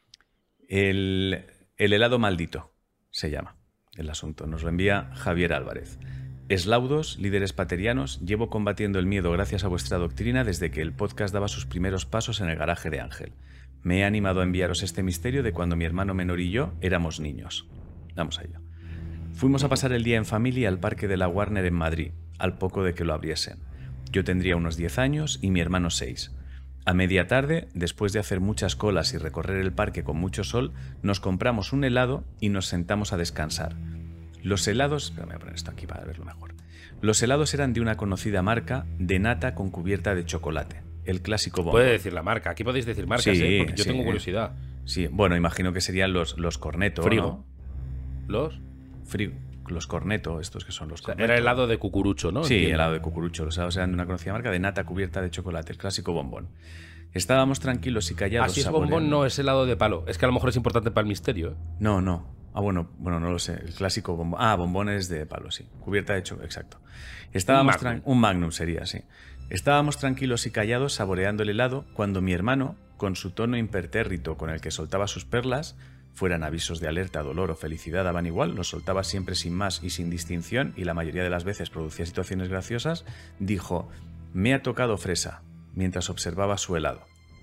El, el helado maldito se llama el asunto. Nos lo envía Javier Álvarez. Eslaudos, líderes paterianos, llevo combatiendo el miedo gracias a vuestra doctrina desde que el podcast daba sus primeros pasos en el garaje de Ángel. Me he animado a enviaros este misterio de cuando mi hermano menor y yo éramos niños. Vamos a ello. Fuimos a pasar el día en familia al parque de la Warner en Madrid, al poco de que lo abriesen. Yo tendría unos diez años y mi hermano seis. A media tarde, después de hacer muchas colas y recorrer el parque con mucho sol, nos compramos un helado y nos sentamos a descansar. Los helados... Espera, voy a poner esto aquí para verlo mejor. Los helados eran de una conocida marca de nata con cubierta de chocolate, el clásico bombón. Puede decir la marca. Aquí podéis decir marcas, Sí, ¿eh? Porque yo sí. tengo curiosidad. Sí, bueno, imagino que serían los, los corneto, Frigo. ¿no? ¿Los? Frigo. Los corneto, estos que son los O sea, corneto. era helado de cucurucho, ¿no? Sí, Entiendo. helado de cucurucho. Los helados eran de una conocida marca de nata cubierta de chocolate, el clásico bombón. Estábamos tranquilos y callados. Así es saboreando- bombón, no es helado de palo. Es que a lo mejor es importante para el misterio, ¿eh? No, no. Ah, bueno, bueno, no lo sé. El clásico bombón. Ah, bombones de palo, sí. Cubierta de chocolate, exacto. Estábamos Un Magnum. tran- un Magnum sería, sí. Estábamos tranquilos y callados saboreando el helado cuando mi hermano, con su tono impertérrito con el que soltaba sus perlas, fueran avisos de alerta, dolor o felicidad, daban igual, los soltaba siempre sin más y sin distinción y la mayoría de las veces producía situaciones graciosas, dijo, me ha tocado fresa, mientras observaba su helado.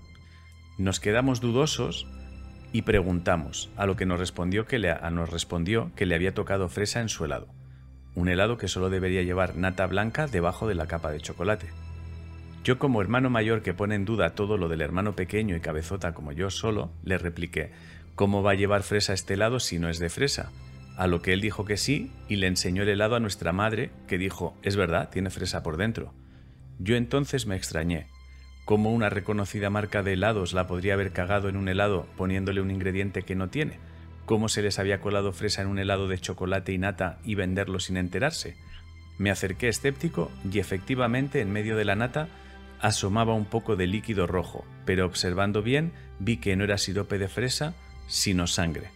Nos quedamos dudosos y preguntamos, a lo que nos respondió que le, a- nos respondió que le había tocado fresa en su helado. Un helado que solo debería llevar nata blanca debajo de la capa de chocolate. Yo, como hermano mayor que pone en duda todo lo del hermano pequeño y cabezota como yo solo, le repliqué, ¿cómo va a llevar fresa este helado si no es de fresa? A lo que él dijo que sí y le enseñó el helado a nuestra madre, que dijo, es verdad, tiene fresa por dentro. Yo entonces me extrañé. ¿Cómo una reconocida marca de helados la podría haber cagado en un helado poniéndole un ingrediente que no tiene? ¿Cómo se les había colado fresa en un helado de chocolate y nata y venderlo sin enterarse? Me acerqué escéptico y efectivamente en medio de la nata asomaba un poco de líquido rojo, pero observando bien vi que no era sirope de fresa, sino sangre.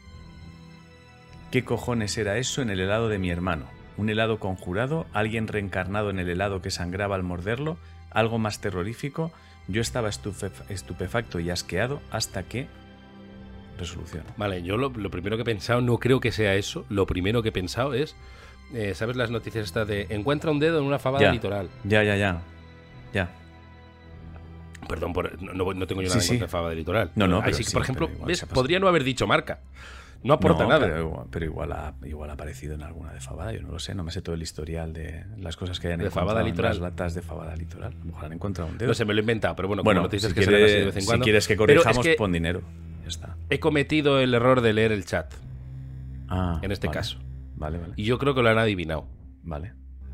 ¿Qué cojones era eso en el helado de mi hermano? ¿Un helado conjurado? ¿Alguien reencarnado en el helado que sangraba al morderlo? ¿Algo más terrorífico? Yo estaba estufe- estupefacto y asqueado hasta que... Resolución. Vale, yo lo, lo primero que he pensado, no creo que sea eso. Lo primero que he pensado es, eh, ¿sabes las noticias estas de encuentra un dedo en una fabada Ya. litoral? Ya, ya, ya. Ya. Perdón, por, no, no- no tengo yo Sí, nada en sí. contra de fabada litoral. No, no, Ahí pero sí que, sí, por ejemplo, pero igual ¿ves? se pasa. Podría no haber dicho marca. No aporta No, nada. Pero, igual- pero igual, ha, igual ha aparecido en alguna de fabada, yo no lo sé, no me sé todo el historial de las cosas que hayan De encontrado fabada en litoral. las latas de fabada litoral. A lo mejor han encontrado un dedo. No sé, me lo he inventado, pero bueno, bueno, como noticias si, que salen así de quiere- vez en si cuando. quieres que Pero es corrijamos, que pon dinero. Ya está. he cometido el error de leer el chat. Ah, en este vale. caso. Vale, vale. Y yo creo que lo han adivinado. Vale.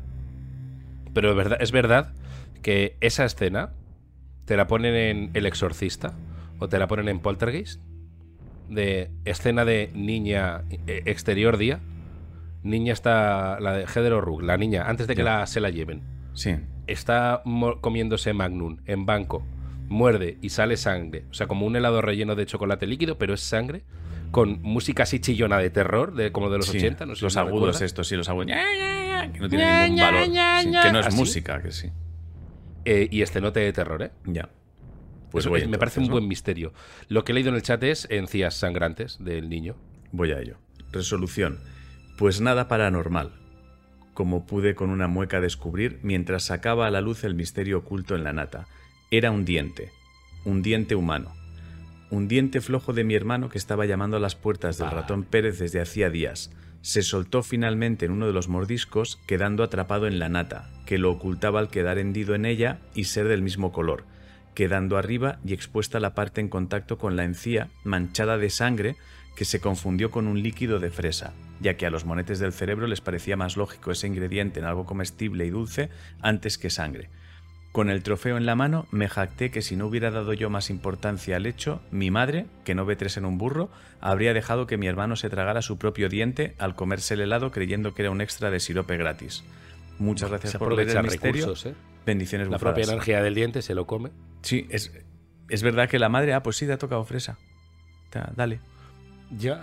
Pero es verdad, es verdad que esa escena te la ponen en El Exorcista o te la ponen en Poltergeist, de escena de niña eh, exterior día. Niña está, la de Heather O'Rourke, la niña, antes de que la, se la lleven, Sí. está comiéndose Magnum en banco, muerde y sale sangre. O sea, como un helado relleno de chocolate líquido, pero es sangre, con música así chillona de terror, de como de los Sí, ochenta. No sé los si lo agudos recuerdas. estos, sí, los agudos. Que no tienen ningún valor. Sí, que no es ¿Así? música, que sí. Eh, y este note de terror, ¿eh? Ya. Pues Eso voy es- me entonces, parece un ¿no? buen misterio. Lo que he leído en el chat es encías sangrantes del niño. Voy a ello. Resolución. Pues nada paranormal. Como pude con una mueca descubrir mientras sacaba a la luz el misterio oculto en la nata. Era un diente. Un diente humano. Un diente flojo de mi hermano que estaba llamando a las puertas del Ah. ratón Pérez desde hacía días. Se soltó finalmente en uno de los mordiscos, quedando atrapado en la nata, que lo ocultaba al quedar hendido en ella y ser del mismo color, quedando arriba y expuesta la parte en contacto con la encía, manchada de sangre, que se confundió con un líquido de fresa, ya que a los monetes del cerebro les parecía más lógico ese ingrediente en algo comestible y dulce antes que sangre. Con el trofeo en la mano, me jacté que si no hubiera dado yo más importancia al hecho, mi madre, que no ve tres en un burro, habría dejado que mi hermano se tragara su propio diente al comerse el helado creyendo que era un extra de sirope gratis. Muchas gracias Se por leer el aprovecha misterio. recursos, ¿eh? Bendiciones La bufadas. propia energía del diente se lo come. Sí, es, es verdad que la madre, ah, pues sí, te ha tocado fresa. Ta- Dale. Ya.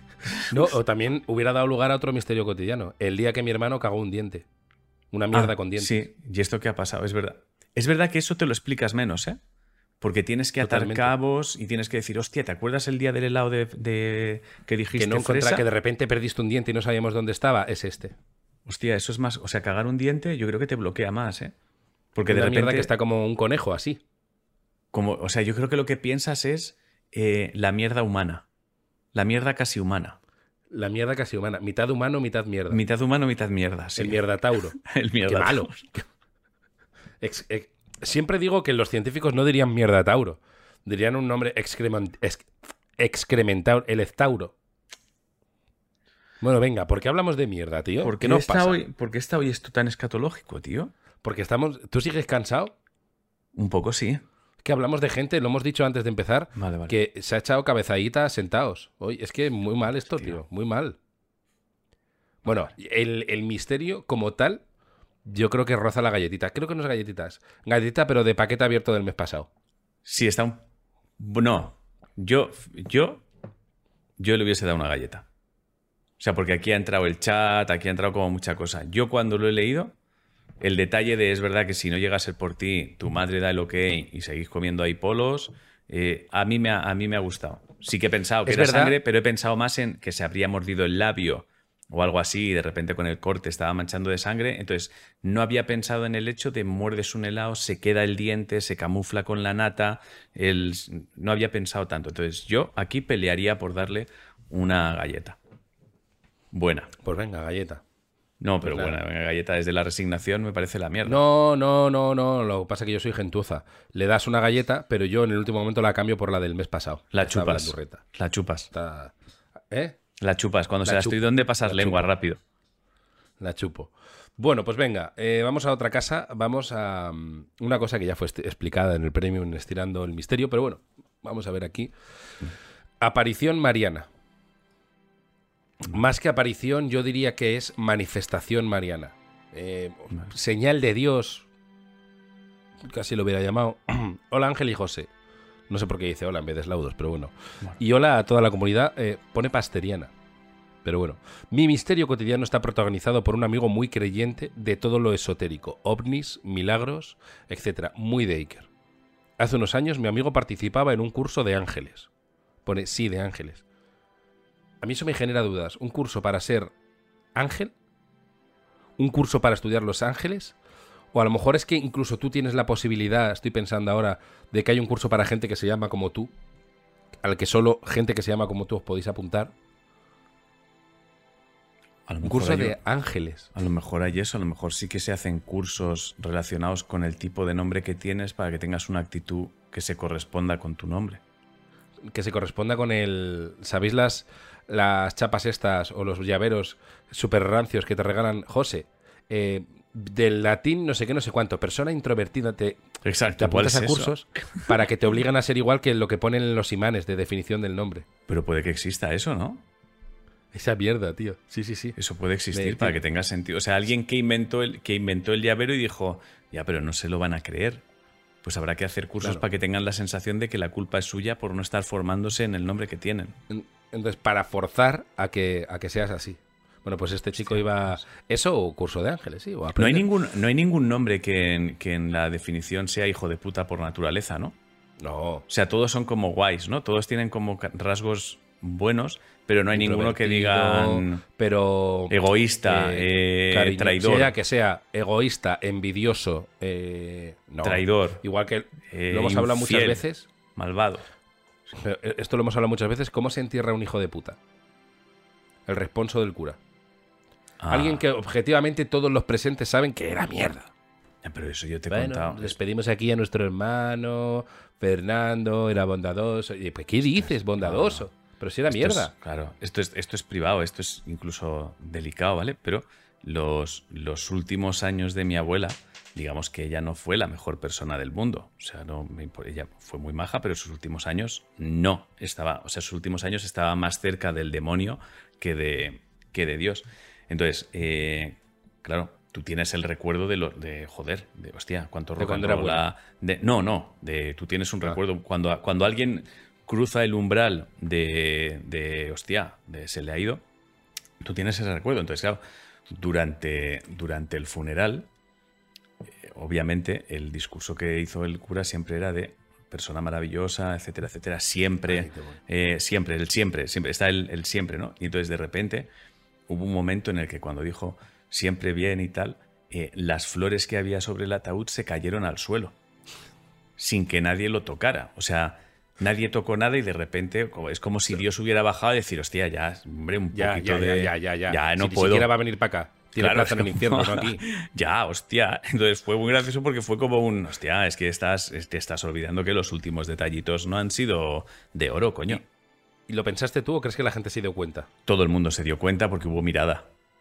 No, o también hubiera dado lugar a otro misterio cotidiano. El día que mi hermano cagó un diente. Una mierda Ah, con dientes. Sí, y esto que ha pasado, es verdad. Es verdad que eso te lo explicas menos, ¿eh? Porque tienes que atar Totalmente. cabos y tienes que decir, hostia, ¿te acuerdas el día del helado de, de- que dijiste Que no encontrá, fresa? que de repente perdiste un diente y no sabíamos dónde estaba, es este. Hostia, eso es más, o sea, cagar un diente yo creo que te bloquea más, ¿eh? Porque Una de mierda repente, que está como un conejo, así. como, o sea, yo creo que lo que piensas es eh, la mierda humana, la mierda casi humana. La mierda casi humana. Mitad humano, mitad mierda. Mitad humano, mitad mierda, sí. El mierdatauro. El Qué mierda. malo. Ex- ex- siempre digo que los científicos no dirían mierdatauro. Dirían un nombre excremen- ex- excrementado. El estauro. Bueno, venga, ¿por qué hablamos de mierda, tío? ¿Por ¿Qué qué, nos está pasa? hoy, ¿Por qué está hoy esto tan escatológico, tío? Porque estamos... ¿Tú sigues cansado? Un poco sí. Que hablamos de gente, lo hemos dicho antes de empezar, Vale, vale. que se ha echado cabezaditas sentados. Oye, es que muy mal esto, Hostia. tío. Muy mal. Bueno, el, el misterio como tal, yo creo que roza la galletita. Creo que no es galletitas. Galletita, pero de paquete abierto del mes pasado. Sí, está un... No, yo, yo, yo le hubiese dado una galleta. O sea, porque aquí ha entrado el chat, aquí ha entrado como mucha cosa. Yo cuando lo he leído, el detalle de es verdad que si no llega a ser por ti, tu madre da el ok y seguís comiendo ahí polos, eh, a, mí me ha, a mí me ha gustado. Sí que he pensado que Es era verdad. sangre, pero he pensado más en que se habría mordido el labio o algo así y de repente con el corte estaba manchando de sangre. Entonces no había pensado en el hecho de muerdes un helado, se queda el diente, se camufla con la nata. El... No había pensado tanto. Entonces yo aquí pelearía por darle una galleta. Buena. Pues venga, galleta. No, pero Pues nada. buena, una galleta desde la resignación me parece la mierda. No, no, no, no. Lo que pasa es que yo soy gentuza. Le das una galleta, pero yo en el último momento la cambio por la del mes pasado. La Está chupas. blandurreta. La chupas. Está... ¿Eh? La chupas. Cuando La se la chup- estoy donde pasas la lengua chupo. rápido. La chupo. Bueno, pues venga, eh, vamos a otra casa. Vamos a um, una cosa que ya fue est- explicada en el Premium Estirando el Misterio, pero bueno, vamos a ver aquí. Aparición mariana. Más que aparición, yo diría que es manifestación mariana. Eh, señal de Dios. Casi lo hubiera llamado. Hola Ángel y José. No sé por qué dice hola en vez de Slaudos, pero bueno. Bueno. Y hola a toda la comunidad. Eh, pone pasteriana. Pero bueno, mi misterio cotidiano está protagonizado por un amigo muy creyente de todo lo esotérico, ovnis, milagros, etcétera, muy de Iker. Hace unos años mi amigo participaba en un curso de ángeles. Pone sí, de ángeles. A mí eso me genera dudas. ¿Un curso para ser ángel? ¿Un curso para estudiar los ángeles? O a lo mejor es que incluso tú tienes la posibilidad, estoy pensando ahora, de que hay un curso para gente que se llama como tú, al que solo gente que se llama como tú os podéis apuntar. A lo Un mejor curso hay- de ángeles. A lo mejor hay eso, a lo mejor sí que se hacen cursos relacionados con el tipo de nombre que tienes para que tengas una actitud que se corresponda con tu nombre. que se corresponda con el... ¿Sabéis las, las chapas estas o los llaveros súper rancios que te regalan? José, eh, del latín no sé qué, no sé cuánto, persona introvertida, te, Exacto, te apuntas ¿cuál a es cursos para que te obligan a ser igual que lo que ponen en los imanes de definición del nombre. Pero puede que exista eso, ¿no? Esa mierda, tío. Sí, sí, sí. Eso puede existir De- para que tenga sentido. O sea, alguien que inventó el, que inventó el llavero y dijo, ya, pero no se lo van a creer. Pues habrá que hacer cursos Claro. para que tengan la sensación de que la culpa es suya por no estar formándose en el nombre que tienen. En- Entonces, para forzar a que, a que seas así. Bueno, pues este chico iba... ¿Eso o curso de ángeles, sí? O No hay aprender. ningún, no hay ningún nombre que en, que en la definición sea hijo de puta por naturaleza, ¿no? No. O sea, todos son como guays, ¿no? Todos tienen como ca- rasgos buenos, pero no hay ninguno que Introvertido, digan pero egoísta, eh, cariño- traidor. sea que sea egoísta, envidioso, eh, no. Traidor. Igual que eh, lo hemos hablado muchas infiel, veces, malvado. pero esto lo hemos hablado muchas veces, ¿cómo se entierra un hijo de puta? El responso del cura. Ah, Alguien que objetivamente todos los presentes saben que era mierda. ya, pero eso yo te he Bueno, contado. les pedimos aquí a nuestro hermano Fernando, era bondadoso. Y, pues, ¿qué dices, bondadoso? Pero si era Esto mierda. es- claro, esto es, esto es privado, esto es incluso delicado, ¿vale? Pero los, los últimos años de mi abuela, digamos que ella no fue la mejor persona del mundo. O sea, no me impo- ella fue muy maja, pero sus últimos años no estaba. O sea, sus últimos años estaba más cerca del demonio que de, que de Dios. Entonces, eh, claro, tú tienes el recuerdo de lo de joder, de hostia, cuánto De rock and cuando era roll buena. ha- de No, no, de tú tienes un Ah. recuerdo cuando, cuando alguien cruza el umbral de, de hostia, de se le ha ido, tú tienes ese recuerdo. Entonces, claro, durante, durante el funeral, eh, obviamente, el discurso que hizo el cura siempre era de persona maravillosa, etcétera, etcétera. Siempre, Ay, qué bueno. eh, siempre, el siempre, siempre, está el, el siempre, ¿no? Y entonces, de repente, hubo un momento en el que cuando dijo siempre bien y tal, eh, las flores que había sobre el ataúd se cayeron al suelo, sin que nadie lo tocara. O sea, nadie tocó nada y de repente como- es como si Dios hubiera bajado y decir, hostia, ya, hombre, un Ya, poquito ya, ya, de... ya, ya, ya. Ya, no si ni puedo. siquiera va a venir para acá. Tiene Claro, plaza en el es infierno, como- no aquí. Ya, hostia. Entonces fue muy gracioso porque fue como un, hostia, es que estás, te estás olvidando que los últimos detallitos no han sido de oro, coño. ¿Y lo pensaste tú o crees que la gente se dio cuenta? Todo el mundo se dio cuenta porque hubo mirada.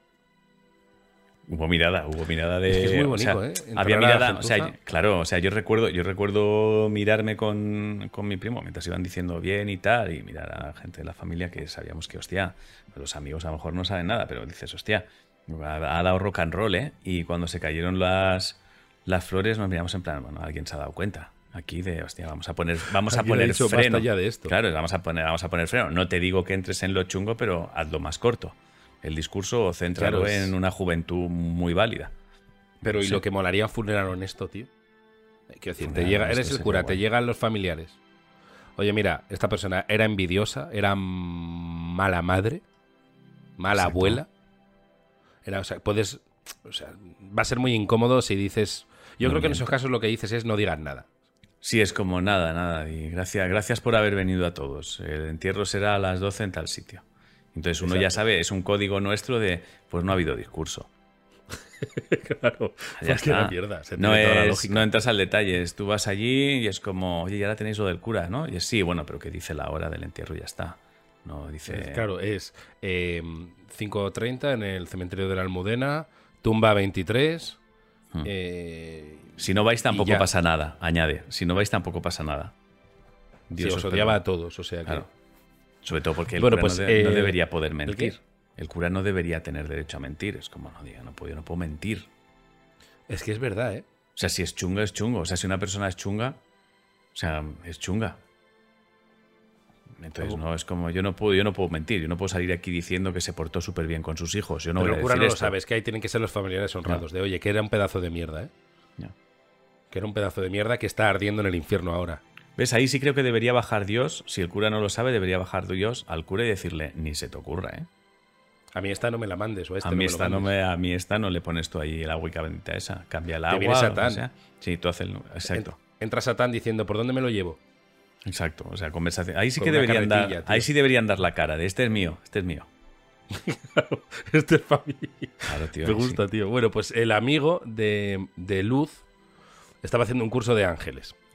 Hubo mirada, hubo mirada de... Es que es muy o bonito, sea, ¿eh? Enterrar Había a la mirada, o sea, gentuza. claro, o sea, yo recuerdo, yo recuerdo mirarme con, con mi primo mientras iban diciendo bien y tal, y mirar a la gente de la familia que sabíamos que, hostia, los amigos a lo mejor no saben nada, pero dices, hostia, ha, ha dado rock and roll, ¿eh? Y cuando se cayeron las, las flores nos miramos en plan, bueno, alguien se ha dado cuenta. Aquí de, hostia, vamos a poner, vamos a Alguien ha poner dicho, freno. "Basta ya de esto". Claro, vamos a poner, vamos a poner freno. No te digo que entres en lo chungo, pero hazlo más corto. El discurso céntralo Claro, es- en una juventud muy válida. Pero ¿y Sí. lo que molaría un funeral honesto, tío? Eh, Quiero decir, te Funeral llega, honesto eres el sería cura, guay. te llegan los familiares. Oye, mira, esta persona era envidiosa, era mala madre, mala Exacto. abuela. Era, o sea, puedes. O sea, va a ser muy incómodo si dices. Yo No creo que en mientas. esos casos lo que dices es no digas nada. Sí, es como nada, nada. Y gracias, gracias por haber venido a todos. El entierro será a las doce en tal sitio. Entonces uno ya Exacto. sabe, es un código nuestro de, pues no ha habido discurso. Claro, Ya está. mierda. Se No, tiene toda la es, lógica. no entras al detalle. es- Tú vas allí y es como, oye, ya la tenéis lo del cura, ¿no? Y es sí, bueno, pero que dice la hora del entierro y ya está. No dice. Claro, es eh, cinco treinta en el cementerio de la Almudena, tumba veintitrés. Hmm. eh, Si no vais tampoco ya. pasa nada, añade. Si no vais tampoco pasa nada. sí, Dios os os odiaba perdone. a todos, o sea que. Claro. Sobre todo porque el Bueno, cura pues, no, de- no eh, debería poder ¿el mentir. qué? El cura no debería tener derecho a mentir. Es como, no diga, no puedo, yo no puedo mentir. Es que es verdad, ¿eh? O sea, si es chunga, es chungo. O sea, si una persona es chunga, o sea, es chunga. Entonces, no, es como, yo no puedo, yo no puedo mentir. Yo no puedo salir aquí diciendo que se portó súper bien con sus hijos. Yo no Pero voy a el cura decir no lo esto. sabe, es que ahí tienen que ser los familiares honrados. De oye, que era un pedazo de mierda, ¿eh? Ya. Que era un pedazo de mierda que está ardiendo en el infierno ahora. ¿Ves? Ahí sí creo que debería bajar Dios. Si el cura no lo sabe, debería bajar Dios al cura y decirle, ni se te ocurra, ¿eh? A mí esta no me la mandes, o a este A no mí, me lo esta no mandes. me, a mí esta no le pones tú ahí el agüica bendita esa. Cambia el Te agua. viene o Satán. sea. Sí, tú haces el... Exacto. En- Entra Satán diciendo, ¿por dónde me lo llevo? Exacto. O sea, conversación. Ahí sí Con que una deberían dar. carretilla, tío. Ahí sí deberían dar la cara de este es mío, este es mío. Este es familia. Claro, tío. Me ahí sí. gusta, tío. Bueno, pues el amigo de, de Luz estaba haciendo un curso de ángeles.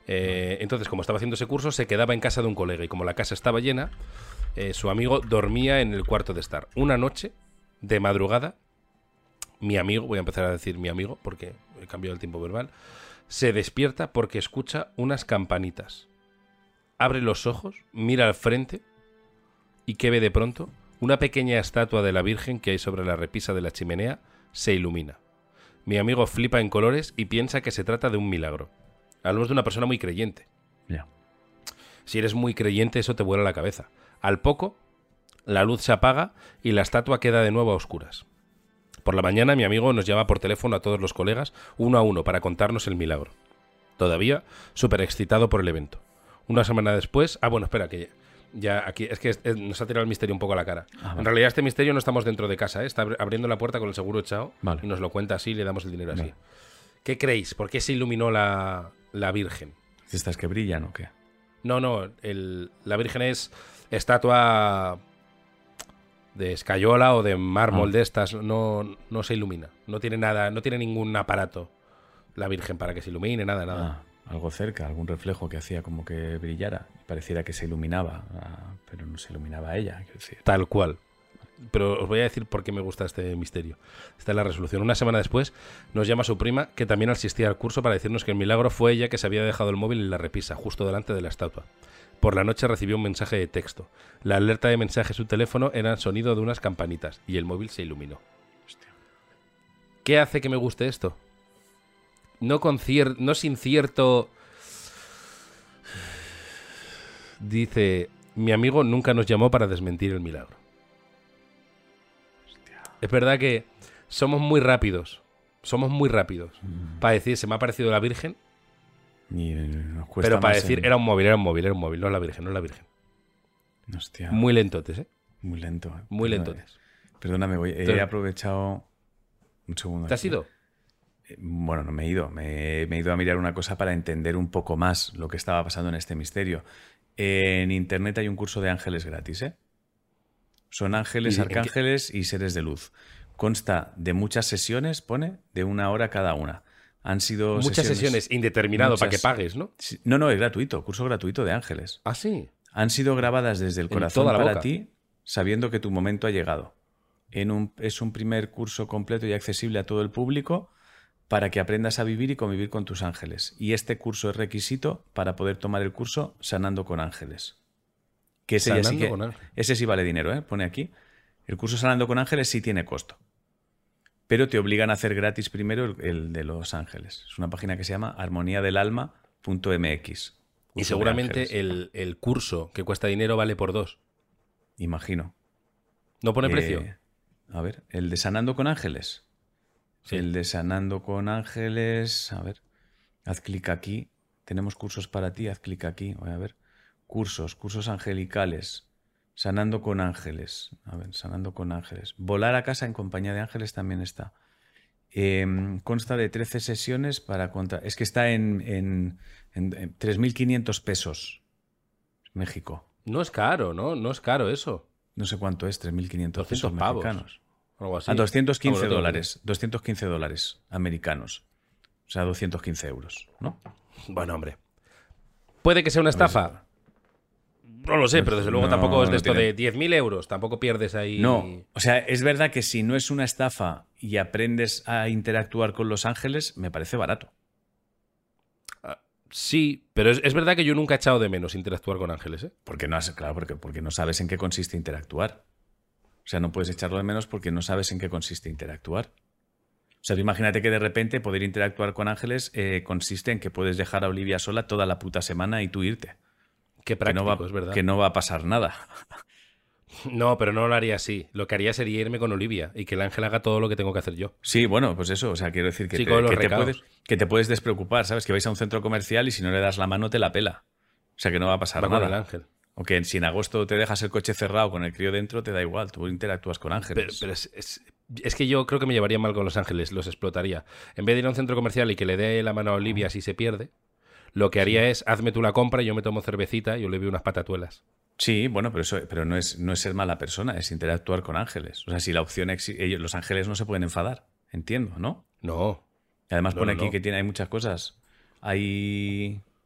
Eh, entonces, como estaba haciendo ese curso, se quedaba en casa de un colega y como la casa estaba llena, eh, su amigo dormía en el cuarto de estar. Una noche, de madrugada, mi amigo, voy a empezar a decir mi amigo porque he cambiado el tiempo verbal, se despierta porque escucha unas campanitas. Abre los ojos, mira al frente y ¿qué ve de pronto? Una pequeña estatua de la Virgen que hay sobre la repisa de la chimenea se ilumina. Mi amigo flipa en colores y piensa que se trata de un milagro. Hablamos de una persona muy creyente. Ya. Si eres muy creyente, eso te vuela la cabeza. Al poco, la luz se apaga y la estatua queda de nuevo a oscuras. Por la mañana, mi amigo nos llama por teléfono a todos los colegas, uno a uno, para contarnos el milagro. Todavía súper excitado por el evento. Una semana después... Ah, bueno, espera, que ya aquí... Es que es- es- nos ha tirado el misterio un poco a la cara. Ah, vale. En realidad, este misterio no estamos dentro de casa, ¿eh? Está abri- abriendo la puerta con el seguro echado Vale. y nos lo cuenta así y le damos el dinero así. Vale. ¿Qué creéis? ¿Por qué se iluminó la, la Virgen? ¿Estas que brillan o qué? No, no, el- la Virgen es estatua de escayola o de mármol Ah. de estas, no, no se ilumina, no tiene nada, no tiene ningún aparato la Virgen para que se ilumine, nada, nada. Ah, algo cerca, algún reflejo que hacía como que brillara y pareciera que se iluminaba, ah, pero no se iluminaba ella, quiero decir. Tal cual. Pero os voy a decir por qué me gusta este misterio. Esta es la resolución. Una semana después nos llama su prima, que también asistía al curso, para decirnos que el milagro fue ella que se había dejado el móvil en la repisa, justo delante de la estatua. Por la noche recibió un mensaje de texto. La alerta de mensaje de su teléfono era el sonido de unas campanitas y el móvil se iluminó. Hostia. ¿Qué hace que me guste esto? No, con cier- no sin cierto... Dice, mi amigo nunca nos llamó para desmentir el milagro. Es verdad que somos muy rápidos. Somos muy rápidos. Mm. Para decir, se me ha parecido la Virgen, Y eh, nos cuesta pero para más decir, en- era un móvil, era un móvil, era un móvil, no es la Virgen, no es la Virgen. Hostia, Muy lentotes, ¿eh? muy lento. eh. Muy Perdona- lentotes. Perdóname, voy, he Entonces- aprovechado un segundo. ¿Te has aquí. ido? Eh, Bueno, no me he ido. Me, me he ido a mirar una cosa para entender un poco más lo que estaba pasando en este misterio. En internet hay un curso de ángeles gratis, ¿eh? Son ángeles, ¿Y en qué- arcángeles y seres de luz. Consta de muchas sesiones, pone, de una hora cada una. Han sido Muchas sesiones, indeterminado, para que muchas- pagues, ¿no? Sí, No, no, es gratuito, curso gratuito de ángeles. Ah, sí. Han sido grabadas desde el En corazón toda la para boca. ti, sabiendo que tu momento ha llegado. En un, es un primer curso completo y accesible a todo el público para que aprendas a vivir y convivir con tus ángeles. Y este curso es requisito para poder tomar el curso Sanando con Ángeles. Que ese, ya sí Sanando que- con ángeles. ese sí vale dinero, ¿eh? Pone aquí. El curso Sanando con Ángeles sí tiene costo. Pero te obligan a hacer gratis primero el, el de los ángeles. Es una página que se llama armonía del alma punto m x. Y seguramente el, el curso que cuesta dinero vale por dos. Imagino. ¿No pone Eh, precio? A ver, el de Sanando con Ángeles. Sí. El de Sanando con Ángeles. A ver, haz clic aquí. Tenemos cursos para ti, haz clic aquí. Voy a ver. Cursos, cursos angelicales. Sanando con Ángeles. A ver, Sanando con Ángeles. Volar a casa en compañía de ángeles también está. Eh, consta de trece sesiones para contra... Es que está en, en, en- en tres mil quinientos pesos. México. No es caro, ¿no? No es caro eso. No sé cuánto es, tres mil quinientos pesos doscientos pavos. mexicanos. Algo así. A doscientos quince Vamos, lo tengo dólares. doscientos quince dólares americanos. O sea, doscientos quince euros, ¿no? aquí. Bueno, hombre. ¿Puede que sea una estafa? No lo sé, pero desde luego No, tampoco es de no esto tiene- de diez mil euros. Tampoco pierdes ahí... No. O sea, es verdad que si no es una estafa y aprendes a interactuar con los ángeles, me parece barato. Sí, pero es, es verdad que yo nunca he echado de menos interactuar con ángeles, ¿eh? Porque no, has- claro, porque, porque no sabes en qué consiste interactuar. O sea, no puedes echarlo de menos porque no sabes en qué consiste interactuar. O sea, tú imagínate que de repente poder interactuar con ángeles eh, consiste en que puedes dejar a Olivia sola toda la puta semana y tú irte. Qué Que práctico, no, va, es verdad. que no va a pasar nada. No, pero no lo haría así. Lo que haría sería irme con Olivia y que el ángel haga todo lo que tengo que hacer yo. Sí, bueno, pues eso. O sea, quiero decir que, Sí, te, con los que, te recados. puedes, que te puedes despreocupar, ¿sabes? Que vais a un centro comercial y si no le das la mano te la pela. O sea, que no va a pasar Va con nada. el ángel. O que si en agosto te dejas el coche cerrado con el crío dentro, te da igual. Tú interactúas con Pero, ángeles. pero es, es- es que yo creo que me llevaría mal con los ángeles, los explotaría. En vez de ir a un centro comercial y que le dé la mano a Olivia si se pierde, lo que haría es hazme tú la compra, yo me tomo cervecita y yo le veo unas patatuelas. Sí, bueno, pero eso pero no es, no es ser mala persona, es interactuar con ángeles. O sea, si la opción exi- ellos, los ángeles no se pueden enfadar, entiendo, ¿no? No. Y además No, pone no, aquí no. que tiene, hay muchas cosas. Hay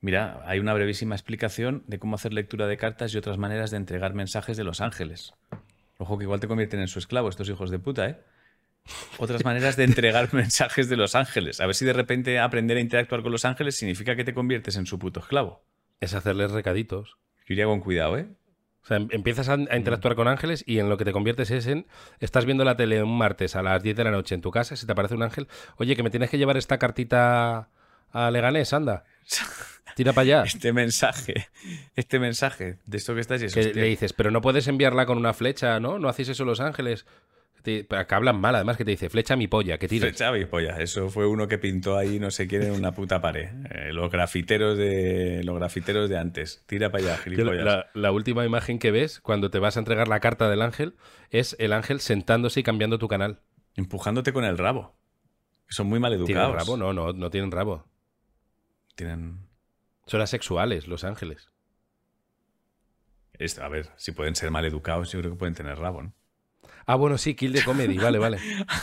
Mira, hay una brevísima explicación de cómo hacer lectura de cartas y otras maneras de entregar mensajes de los ángeles. Ojo que igual te convierten en su esclavo estos hijos de puta, ¿eh? Otras maneras de entregar mensajes de los ángeles. A ver si de repente aprender a interactuar con los ángeles significa que te conviertes en su puto esclavo. Es hacerles recaditos. Yo iría con cuidado, ¿eh? O sea, empiezas a, a interactuar con ángeles y en lo que te conviertes es en... Estás viendo la tele un martes a las diez de la noche en tu casa, si te aparece un ángel, oye, que me tienes que llevar esta cartita a Leganés, anda. Tira para allá. Este mensaje, este mensaje de esto que estás y eso. Que le dices, pero no puedes enviarla con una flecha, ¿no? No hacéis eso los ángeles. Te, acá hablan mal, además, que te dice, flecha mi polla, que tires. Flecha mi polla. Eso fue uno que pintó ahí no sé quién en una puta pared. Eh, los grafiteros de los grafiteros de antes. Tira para allá, gilipollas. La, la última imagen que ves cuando te vas a entregar la carta del ángel es el ángel sentándose y cambiando tu canal. Empujándote con el rabo. Son muy mal educados. ¿Tienen rabo? No, no, no tienen rabo. Tienen... Son asexuales los ángeles. Esto, a ver, si pueden ser mal educados, yo creo que pueden tener rabo, ¿no? Ah, bueno, sí, Kill the Comedy, vale, vale.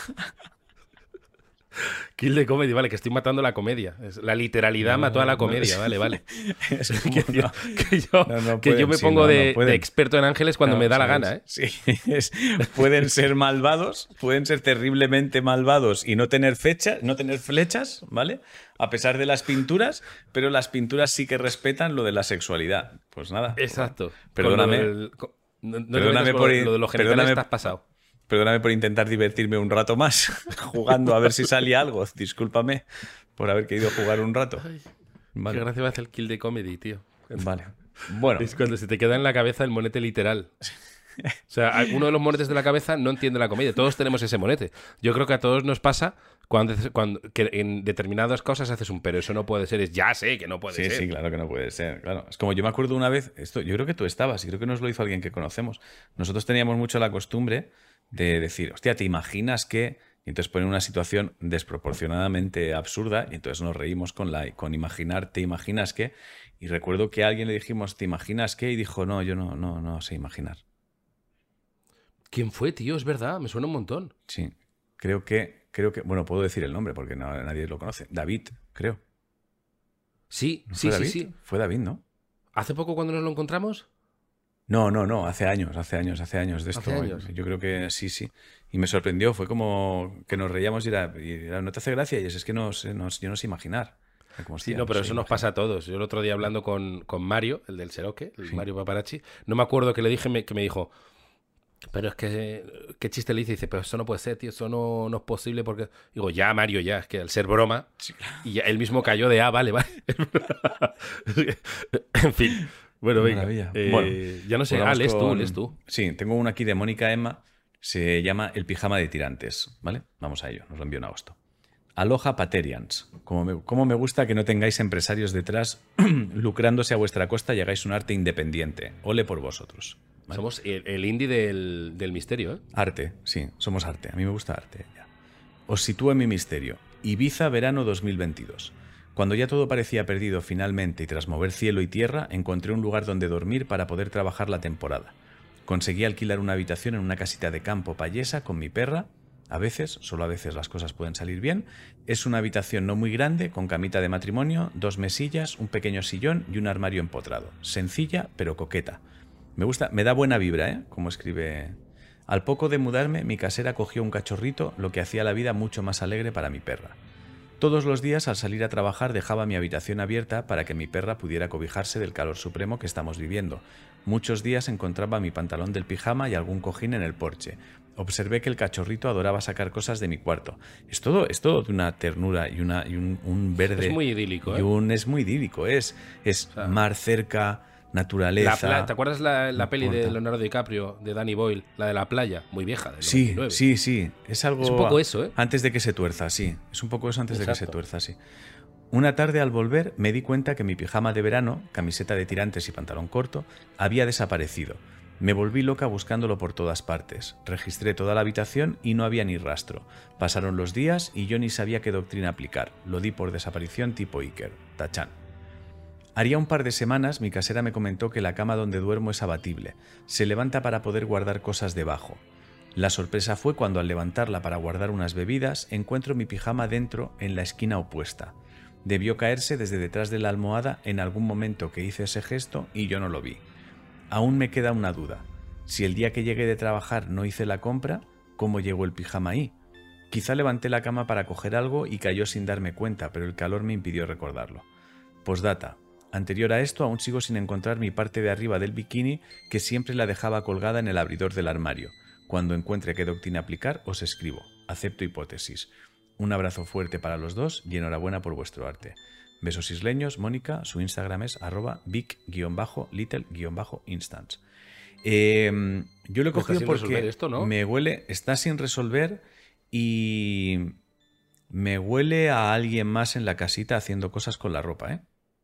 Kill the Comedy, vale, que estoy matando la comedia. La literalidad no, mató a la comedia, no, vale, vale. Es como, que, yo, no, que, yo, no, no que pueden, yo me sí, pongo no, de, no de experto en ángeles cuando me da la gana, ¿eh? Sí, es, pueden ser malvados, pueden ser terriblemente malvados y no tener fechas, no tener flechas, ¿vale? A pesar de las pinturas, pero las pinturas sí que respetan lo de la sexualidad. Pues nada. Exacto. Perdóname. Con lo del, con, no, no perdóname por lo de los genitales perdóname, estás pasado. Perdóname por intentar divertirme un rato más jugando a ver si salía algo. Discúlpame por haber querido jugar un rato. Ay, vale. Qué gracia va a hacer el Kill the Comedy, tío. Vale. Bueno. Es cuando se te queda en la cabeza el monete literal. O sea, uno de los monetes de la cabeza no entiende la comedia. Todos tenemos ese monete. Yo creo que a todos nos pasa cuando, cuando que en determinadas cosas haces un pero eso no puede ser. Es ya sé que no puede sí, ser. Sí, sí, claro que no puede ser. Claro. Es como yo me acuerdo una vez, esto, yo creo que tú estabas y creo que nos lo hizo alguien que conocemos. Nosotros teníamos mucho la costumbre de decir, hostia, ¿te imaginas que...? Y entonces ponen una situación desproporcionadamente absurda y entonces nos reímos con, la, con imaginar, ¿te imaginas que? Y recuerdo que a alguien le dijimos, ¿te imaginas qué? Y dijo, no, yo no, no, no sé imaginar. ¿Quién fue, tío? Es verdad, me suena un montón. Sí, creo que, creo que, bueno, puedo decir el nombre porque no, nadie lo conoce. David, creo. Sí, ¿No sí, fue sí, David? sí. Fue David, ¿no? ¿Hace poco cuando nos lo encontramos? No, no, no, hace años, hace años, hace años de esto. ¿Hace años? Yo creo que sí, sí. Y me sorprendió, fue como que nos reíamos y era, y era ¿no te hace gracia? Y es, es que no, no, yo no sé imaginar. Como, sí, no, pero no eso imaginar. nos pasa a todos. Yo el otro día hablando con, con Mario, el del Seroque, el sí. Mario Paparazzi, no me acuerdo que le dije me, que me dijo, pero es que, ¿qué chiste le hice? Y dice, pero eso no puede ser, tío, eso no, no es posible porque... Digo, ya, Mario, ya, es que al ser broma, sí, claro. Y ya, él mismo cayó de, ah, vale, vale. En fin... Bueno, venga. Eh, bueno, ya no sé. Ah, lees con... tú, lees tú. Sí, tengo una aquí de Mónica Emma. Se llama El pijama de tirantes. ¿Vale? Vamos a ello. Nos lo envío en agosto. Aloha Paterians. Como me, como me gusta que no tengáis empresarios detrás lucrándose a vuestra costa y hagáis un arte independiente. Ole por vosotros. ¿Vale? Somos el, el indie del, del misterio, ¿eh? Arte, sí. Somos arte. A mí me gusta arte. Ya. Os sitúo en mi misterio. Ibiza, verano dos mil veintidós. Cuando ya todo parecía perdido finalmente y tras mover cielo y tierra, encontré un lugar donde dormir para poder trabajar la temporada. Conseguí alquilar una habitación en una casita de campo payesa con mi perra. A veces, solo a veces las cosas pueden salir bien. Es una habitación no muy grande, con camita de matrimonio, dos mesillas, un pequeño sillón y un armario empotrado. Sencilla, pero coqueta. Me gusta, me da buena vibra, ¿eh? Como escribe... Al poco de mudarme, mi casera cogió un cachorrito, lo que hacía la vida mucho más alegre para mi perra. Todos los días al salir a trabajar dejaba mi habitación abierta para que mi perra pudiera cobijarse del calor supremo que estamos viviendo. Muchos días encontraba mi pantalón del pijama y algún cojín en el porche. Observé que el cachorrito adoraba sacar cosas de mi cuarto. Es todo, es todo de una ternura y, una, y un, un verde. Es muy idílico, ¿eh? Y un, es muy idílico. Es, es o sea, mar cerca, naturaleza. La, ¿Te acuerdas la, la peli de Leonardo DiCaprio, de Danny Boyle, la de la playa? Muy vieja, del sí, noventa y nueve. Sí, sí, es algo... Es un poco eso, ¿eh? Antes de que se tuerza, sí. Es un poco eso antes Exacto. de que se tuerza, sí. Una tarde al volver me di cuenta que mi pijama de verano, camiseta de tirantes y pantalón corto, había desaparecido. Me volví loca buscándolo por todas partes. Registré toda la habitación y no había ni rastro. Pasaron los días y yo ni sabía qué doctrina aplicar. Lo di por desaparición tipo Iker. Tachán. Haría un par de semanas mi casera me comentó que la cama donde duermo es abatible. Se levanta para poder guardar cosas debajo. La sorpresa fue cuando al levantarla para guardar unas bebidas encuentro mi pijama dentro en la esquina opuesta. Debió caerse desde detrás de la almohada en algún momento que hice ese gesto y yo no lo vi. Aún me queda una duda. Si el día que llegué de trabajar no hice la compra, ¿cómo llegó el pijama ahí? Quizá levanté la cama para coger algo y cayó sin darme cuenta, pero el calor me impidió recordarlo. Postdata. Anterior a esto, aún sigo sin encontrar mi parte de arriba del bikini que siempre la dejaba colgada en el abridor del armario. Cuando encuentre qué doctrina aplicar, os escribo. Acepto hipótesis. Un abrazo fuerte para los dos y enhorabuena por vuestro arte. Besos isleños, Mónica. Su Instagram es arroba big-little-instants. Eh, yo lo he cogido porque esto, ¿no? me huele, está sin resolver y me huele a alguien más en la casita haciendo cosas con la ropa, ¿eh?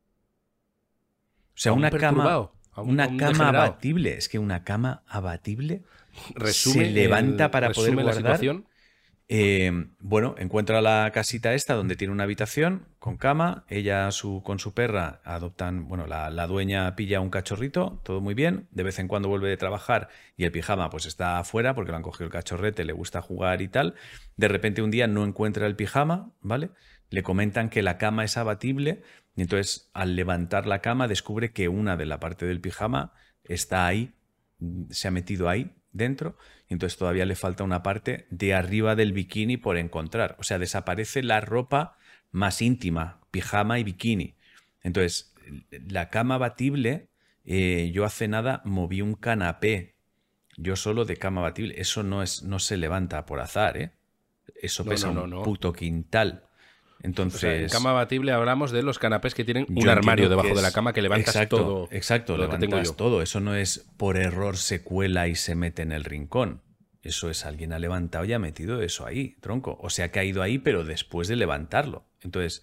O sea, una cama, un, una un cama abatible. Es que una cama abatible resume se levanta el, para poder guardar. La situación. Eh, bueno, encuentra la casita esta donde tiene una habitación con cama. Ella su, con su perra adoptan, bueno, la, la dueña pilla un cachorrito, todo muy bien. De vez en cuando vuelve de trabajar y el pijama pues está afuera porque lo han cogido el cachorrete, le gusta jugar y tal. De repente un día no encuentra el pijama, ¿vale? Le comentan que la cama es abatible y entonces al levantar la cama descubre que una de la parte del pijama está ahí, se ha metido ahí dentro y entonces todavía le falta una parte de arriba del bikini por encontrar. O sea, desaparece la ropa más íntima, pijama y bikini. Entonces, la cama abatible, eh, yo hace nada moví un canapé, yo solo de cama abatible. Eso no, es, no se levanta por azar, ¿eh? Eso no, pesa no, no, un no. puto quintal. Entonces, o sea, en cama abatible hablamos de los canapés que tienen un yo armario debajo es, de la cama que levantas exacto, todo. Exacto, lo levantas que tengo yo. todo. Eso no es por error se cuela y se mete en el rincón. Eso es alguien ha levantado y ha metido eso ahí, tronco. O sea, ha caído ahí, pero después de levantarlo. Entonces,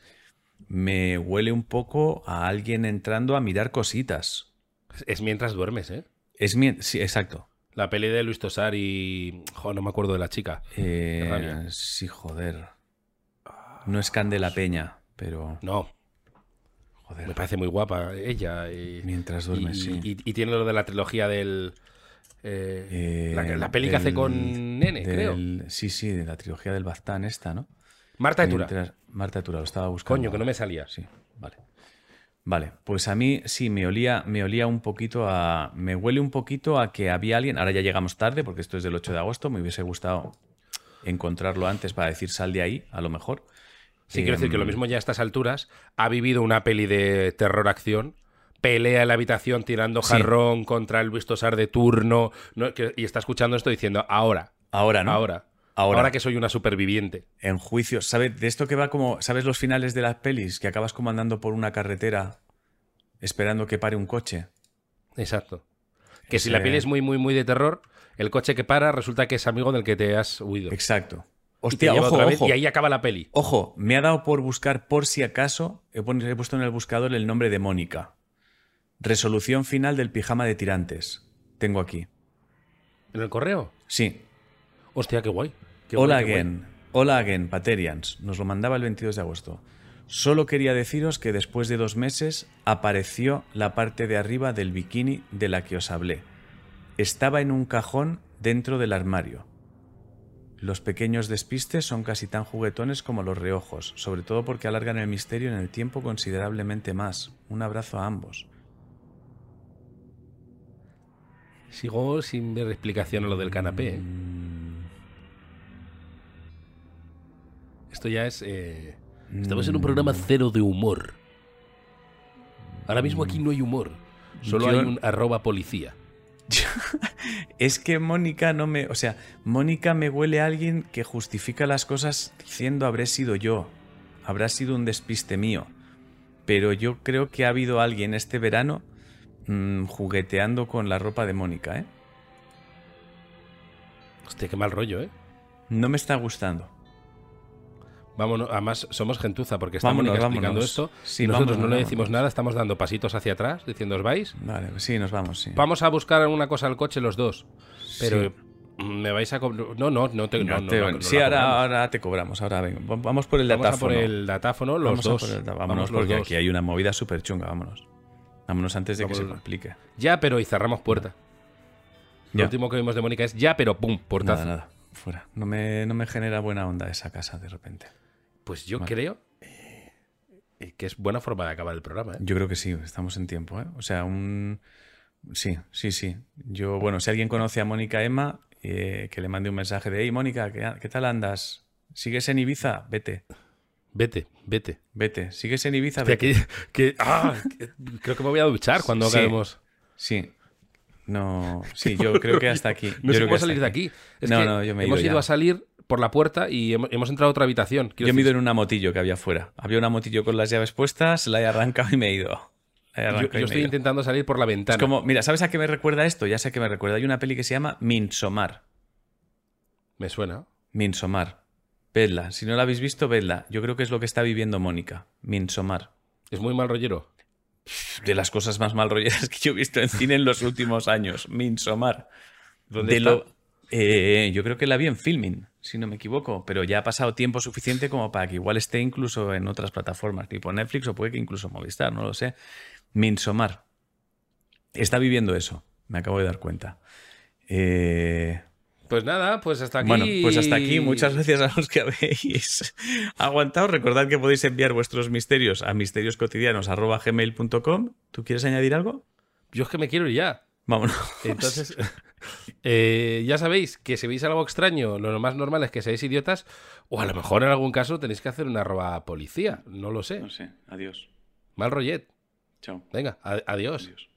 me huele un poco a alguien entrando a mirar cositas. Es mientras duermes, ¿eh? Es mi... Sí, exacto. La peli de Luis Tosar y... Joder, no me acuerdo de la chica. Eh, sí, joder. No es Candela Peña, pero... No. Joder. Me parece muy guapa ella. Y, mientras duermes, y, sí. Y, y tiene lo de la trilogía del... Eh, eh, la, la peli del, que hace con Nene, del, creo. Sí, sí, de la trilogía del Baztán esta, ¿no? Marta Etura. Mientras, Marta Etura, lo estaba buscando. Coño, que no me salía. Sí, vale. Vale, pues a mí sí, me olía, me olía un poquito a... Me huele un poquito a que había alguien... Ahora ya llegamos tarde porque esto es del ocho de agosto. Me hubiese gustado encontrarlo antes para decir sal de ahí, a lo mejor. Sí, eh, quiero decir que lo mismo ya a estas alturas ha vivido una peli de terror-acción, pelea en la habitación tirando jarrón sí. contra el Luis Tosar de turno, ¿no? que, y está escuchando esto diciendo, ahora, ahora, ¿no? Ahora. Ahora, ahora que soy una superviviente. En juicio, ¿sabes? De esto que va como... ¿Sabes los finales de las pelis? Que acabas como andando por una carretera esperando que pare un coche. Exacto. Que Ese... si la peli es muy, muy, muy de terror, el coche que para resulta que es amigo del que te has huido. Exacto. Hostia, ojo, ojo. Y ahí acaba la peli. Ojo, me ha dado por buscar, por si acaso, he puesto en el buscador el nombre de Mónica. Resolución final del pijama de tirantes. Tengo aquí. ¿En el correo? Sí. Hostia, qué guay. Qué Hola guay, again. Guay. Hola again, Paterians. Nos lo mandaba el veintidós de agosto. Solo quería deciros que después de dos meses apareció la parte de arriba del bikini de la que os hablé. Estaba en un cajón dentro del armario. Los pequeños despistes son casi tan juguetones como los reojos, sobre todo porque alargan el misterio en el tiempo considerablemente más. Un abrazo a ambos. Sigo sin ver explicación a lo del canapé. ¿eh? Esto ya es... Eh... Estamos en un programa cero de humor. Ahora mismo aquí no hay humor. Solo Yo... hay un arroba policía. Es que Mónica no me... O sea, Mónica me huele a alguien que justifica las cosas diciendo habré sido yo. Habrá sido un despiste mío. Pero yo creo que ha habido alguien este verano mmm, jugueteando con la ropa de Mónica, ¿eh? Hostia, qué mal rollo, ¿eh? No me está gustando. Vámonos, además somos gentuza porque está vámonos, Mónica explicando vámonos. esto. Sí, nosotros vámonos, no le decimos vámonos. nada, estamos dando pasitos hacia atrás, diciendo os vais. Vale, sí, nos vamos, sí. Vamos a buscar alguna cosa al coche los dos. Pero sí. me vais a... No, no, no te... No, no, te, no, no, sí, no ahora, ahora te cobramos. Ahora venga, vamos por el vamos datáfono. Vamos a por el datáfono los vamos dos. A por el, vámonos, vamos porque los aquí dos. hay una movida súper chunga, vámonos. Vámonos antes de vamos. que se complique. Ya, pero y cerramos puerta. Lo ya. último que vimos de Mónica es ya, pero pum, portazo. Nada, nada, fuera. No me, no me genera buena onda esa casa de repente. Pues yo vale. creo Y que es buena forma de acabar el programa, ¿eh? Yo creo que sí, estamos en tiempo, ¿eh? O sea, un... Sí, sí, sí. Yo, bueno, si alguien conoce a Mónica Emma, eh, que le mande un mensaje de, hey, Mónica, ¿qué, qué tal andas? ¿Sigues en Ibiza? Vete. Vete, vete. Vete. ¿Sigues en Ibiza? Hostia, Vete. que, que- ah, que- creo que me voy a duchar cuando Sí. acabemos. Sí. No, sí, yo creo que hasta aquí. No Yo sé creo cómo que hasta salir de aquí. Es No, que no, yo me he hemos ido ido ya. a salir por la puerta y hemos, hemos entrado a otra habitación. Quiero Yo me he ido decir, en una motillo que había afuera. Había una motillo con las llaves puestas, la he arrancado y me he ido. La he yo, arrancado yo y me he estoy ido. intentando salir por la ventana. Es como, mira, ¿sabes a qué me recuerda esto? Ya sé que me recuerda. Hay una peli que se llama Midsommar. Me suena. Midsommar. Vedla. Si no la habéis visto, vedla. Yo creo que es lo que está viviendo Mónica. Midsommar. Es muy mal rollero. De las cosas más mal rolleras que yo he visto en cine en los últimos años. Midsommar. ¿Dónde De está? lo- eh, yo creo que la vi en Filmin, si no me equivoco, pero ya ha pasado tiempo suficiente como para que igual esté incluso en otras plataformas, tipo Netflix o puede que incluso Movistar, no lo sé. Midsommar. Está viviendo eso, me acabo de dar cuenta. Eh, Pues nada, pues hasta aquí. Bueno, pues hasta aquí. Muchas gracias a los que habéis aguantado. Recordad que podéis enviar vuestros misterios a misterioscotidianos arroba gmail punto com. ¿Tú quieres añadir algo? Yo es que me quiero ir ya. Vámonos. Entonces, eh, ya sabéis que si veis algo extraño, lo más normal es que seáis idiotas, o a lo mejor en algún caso tenéis que hacer una arroba policía. No lo sé. No sé. Adiós. Mal rollet. Chao. Venga, a- adiós. Adiós.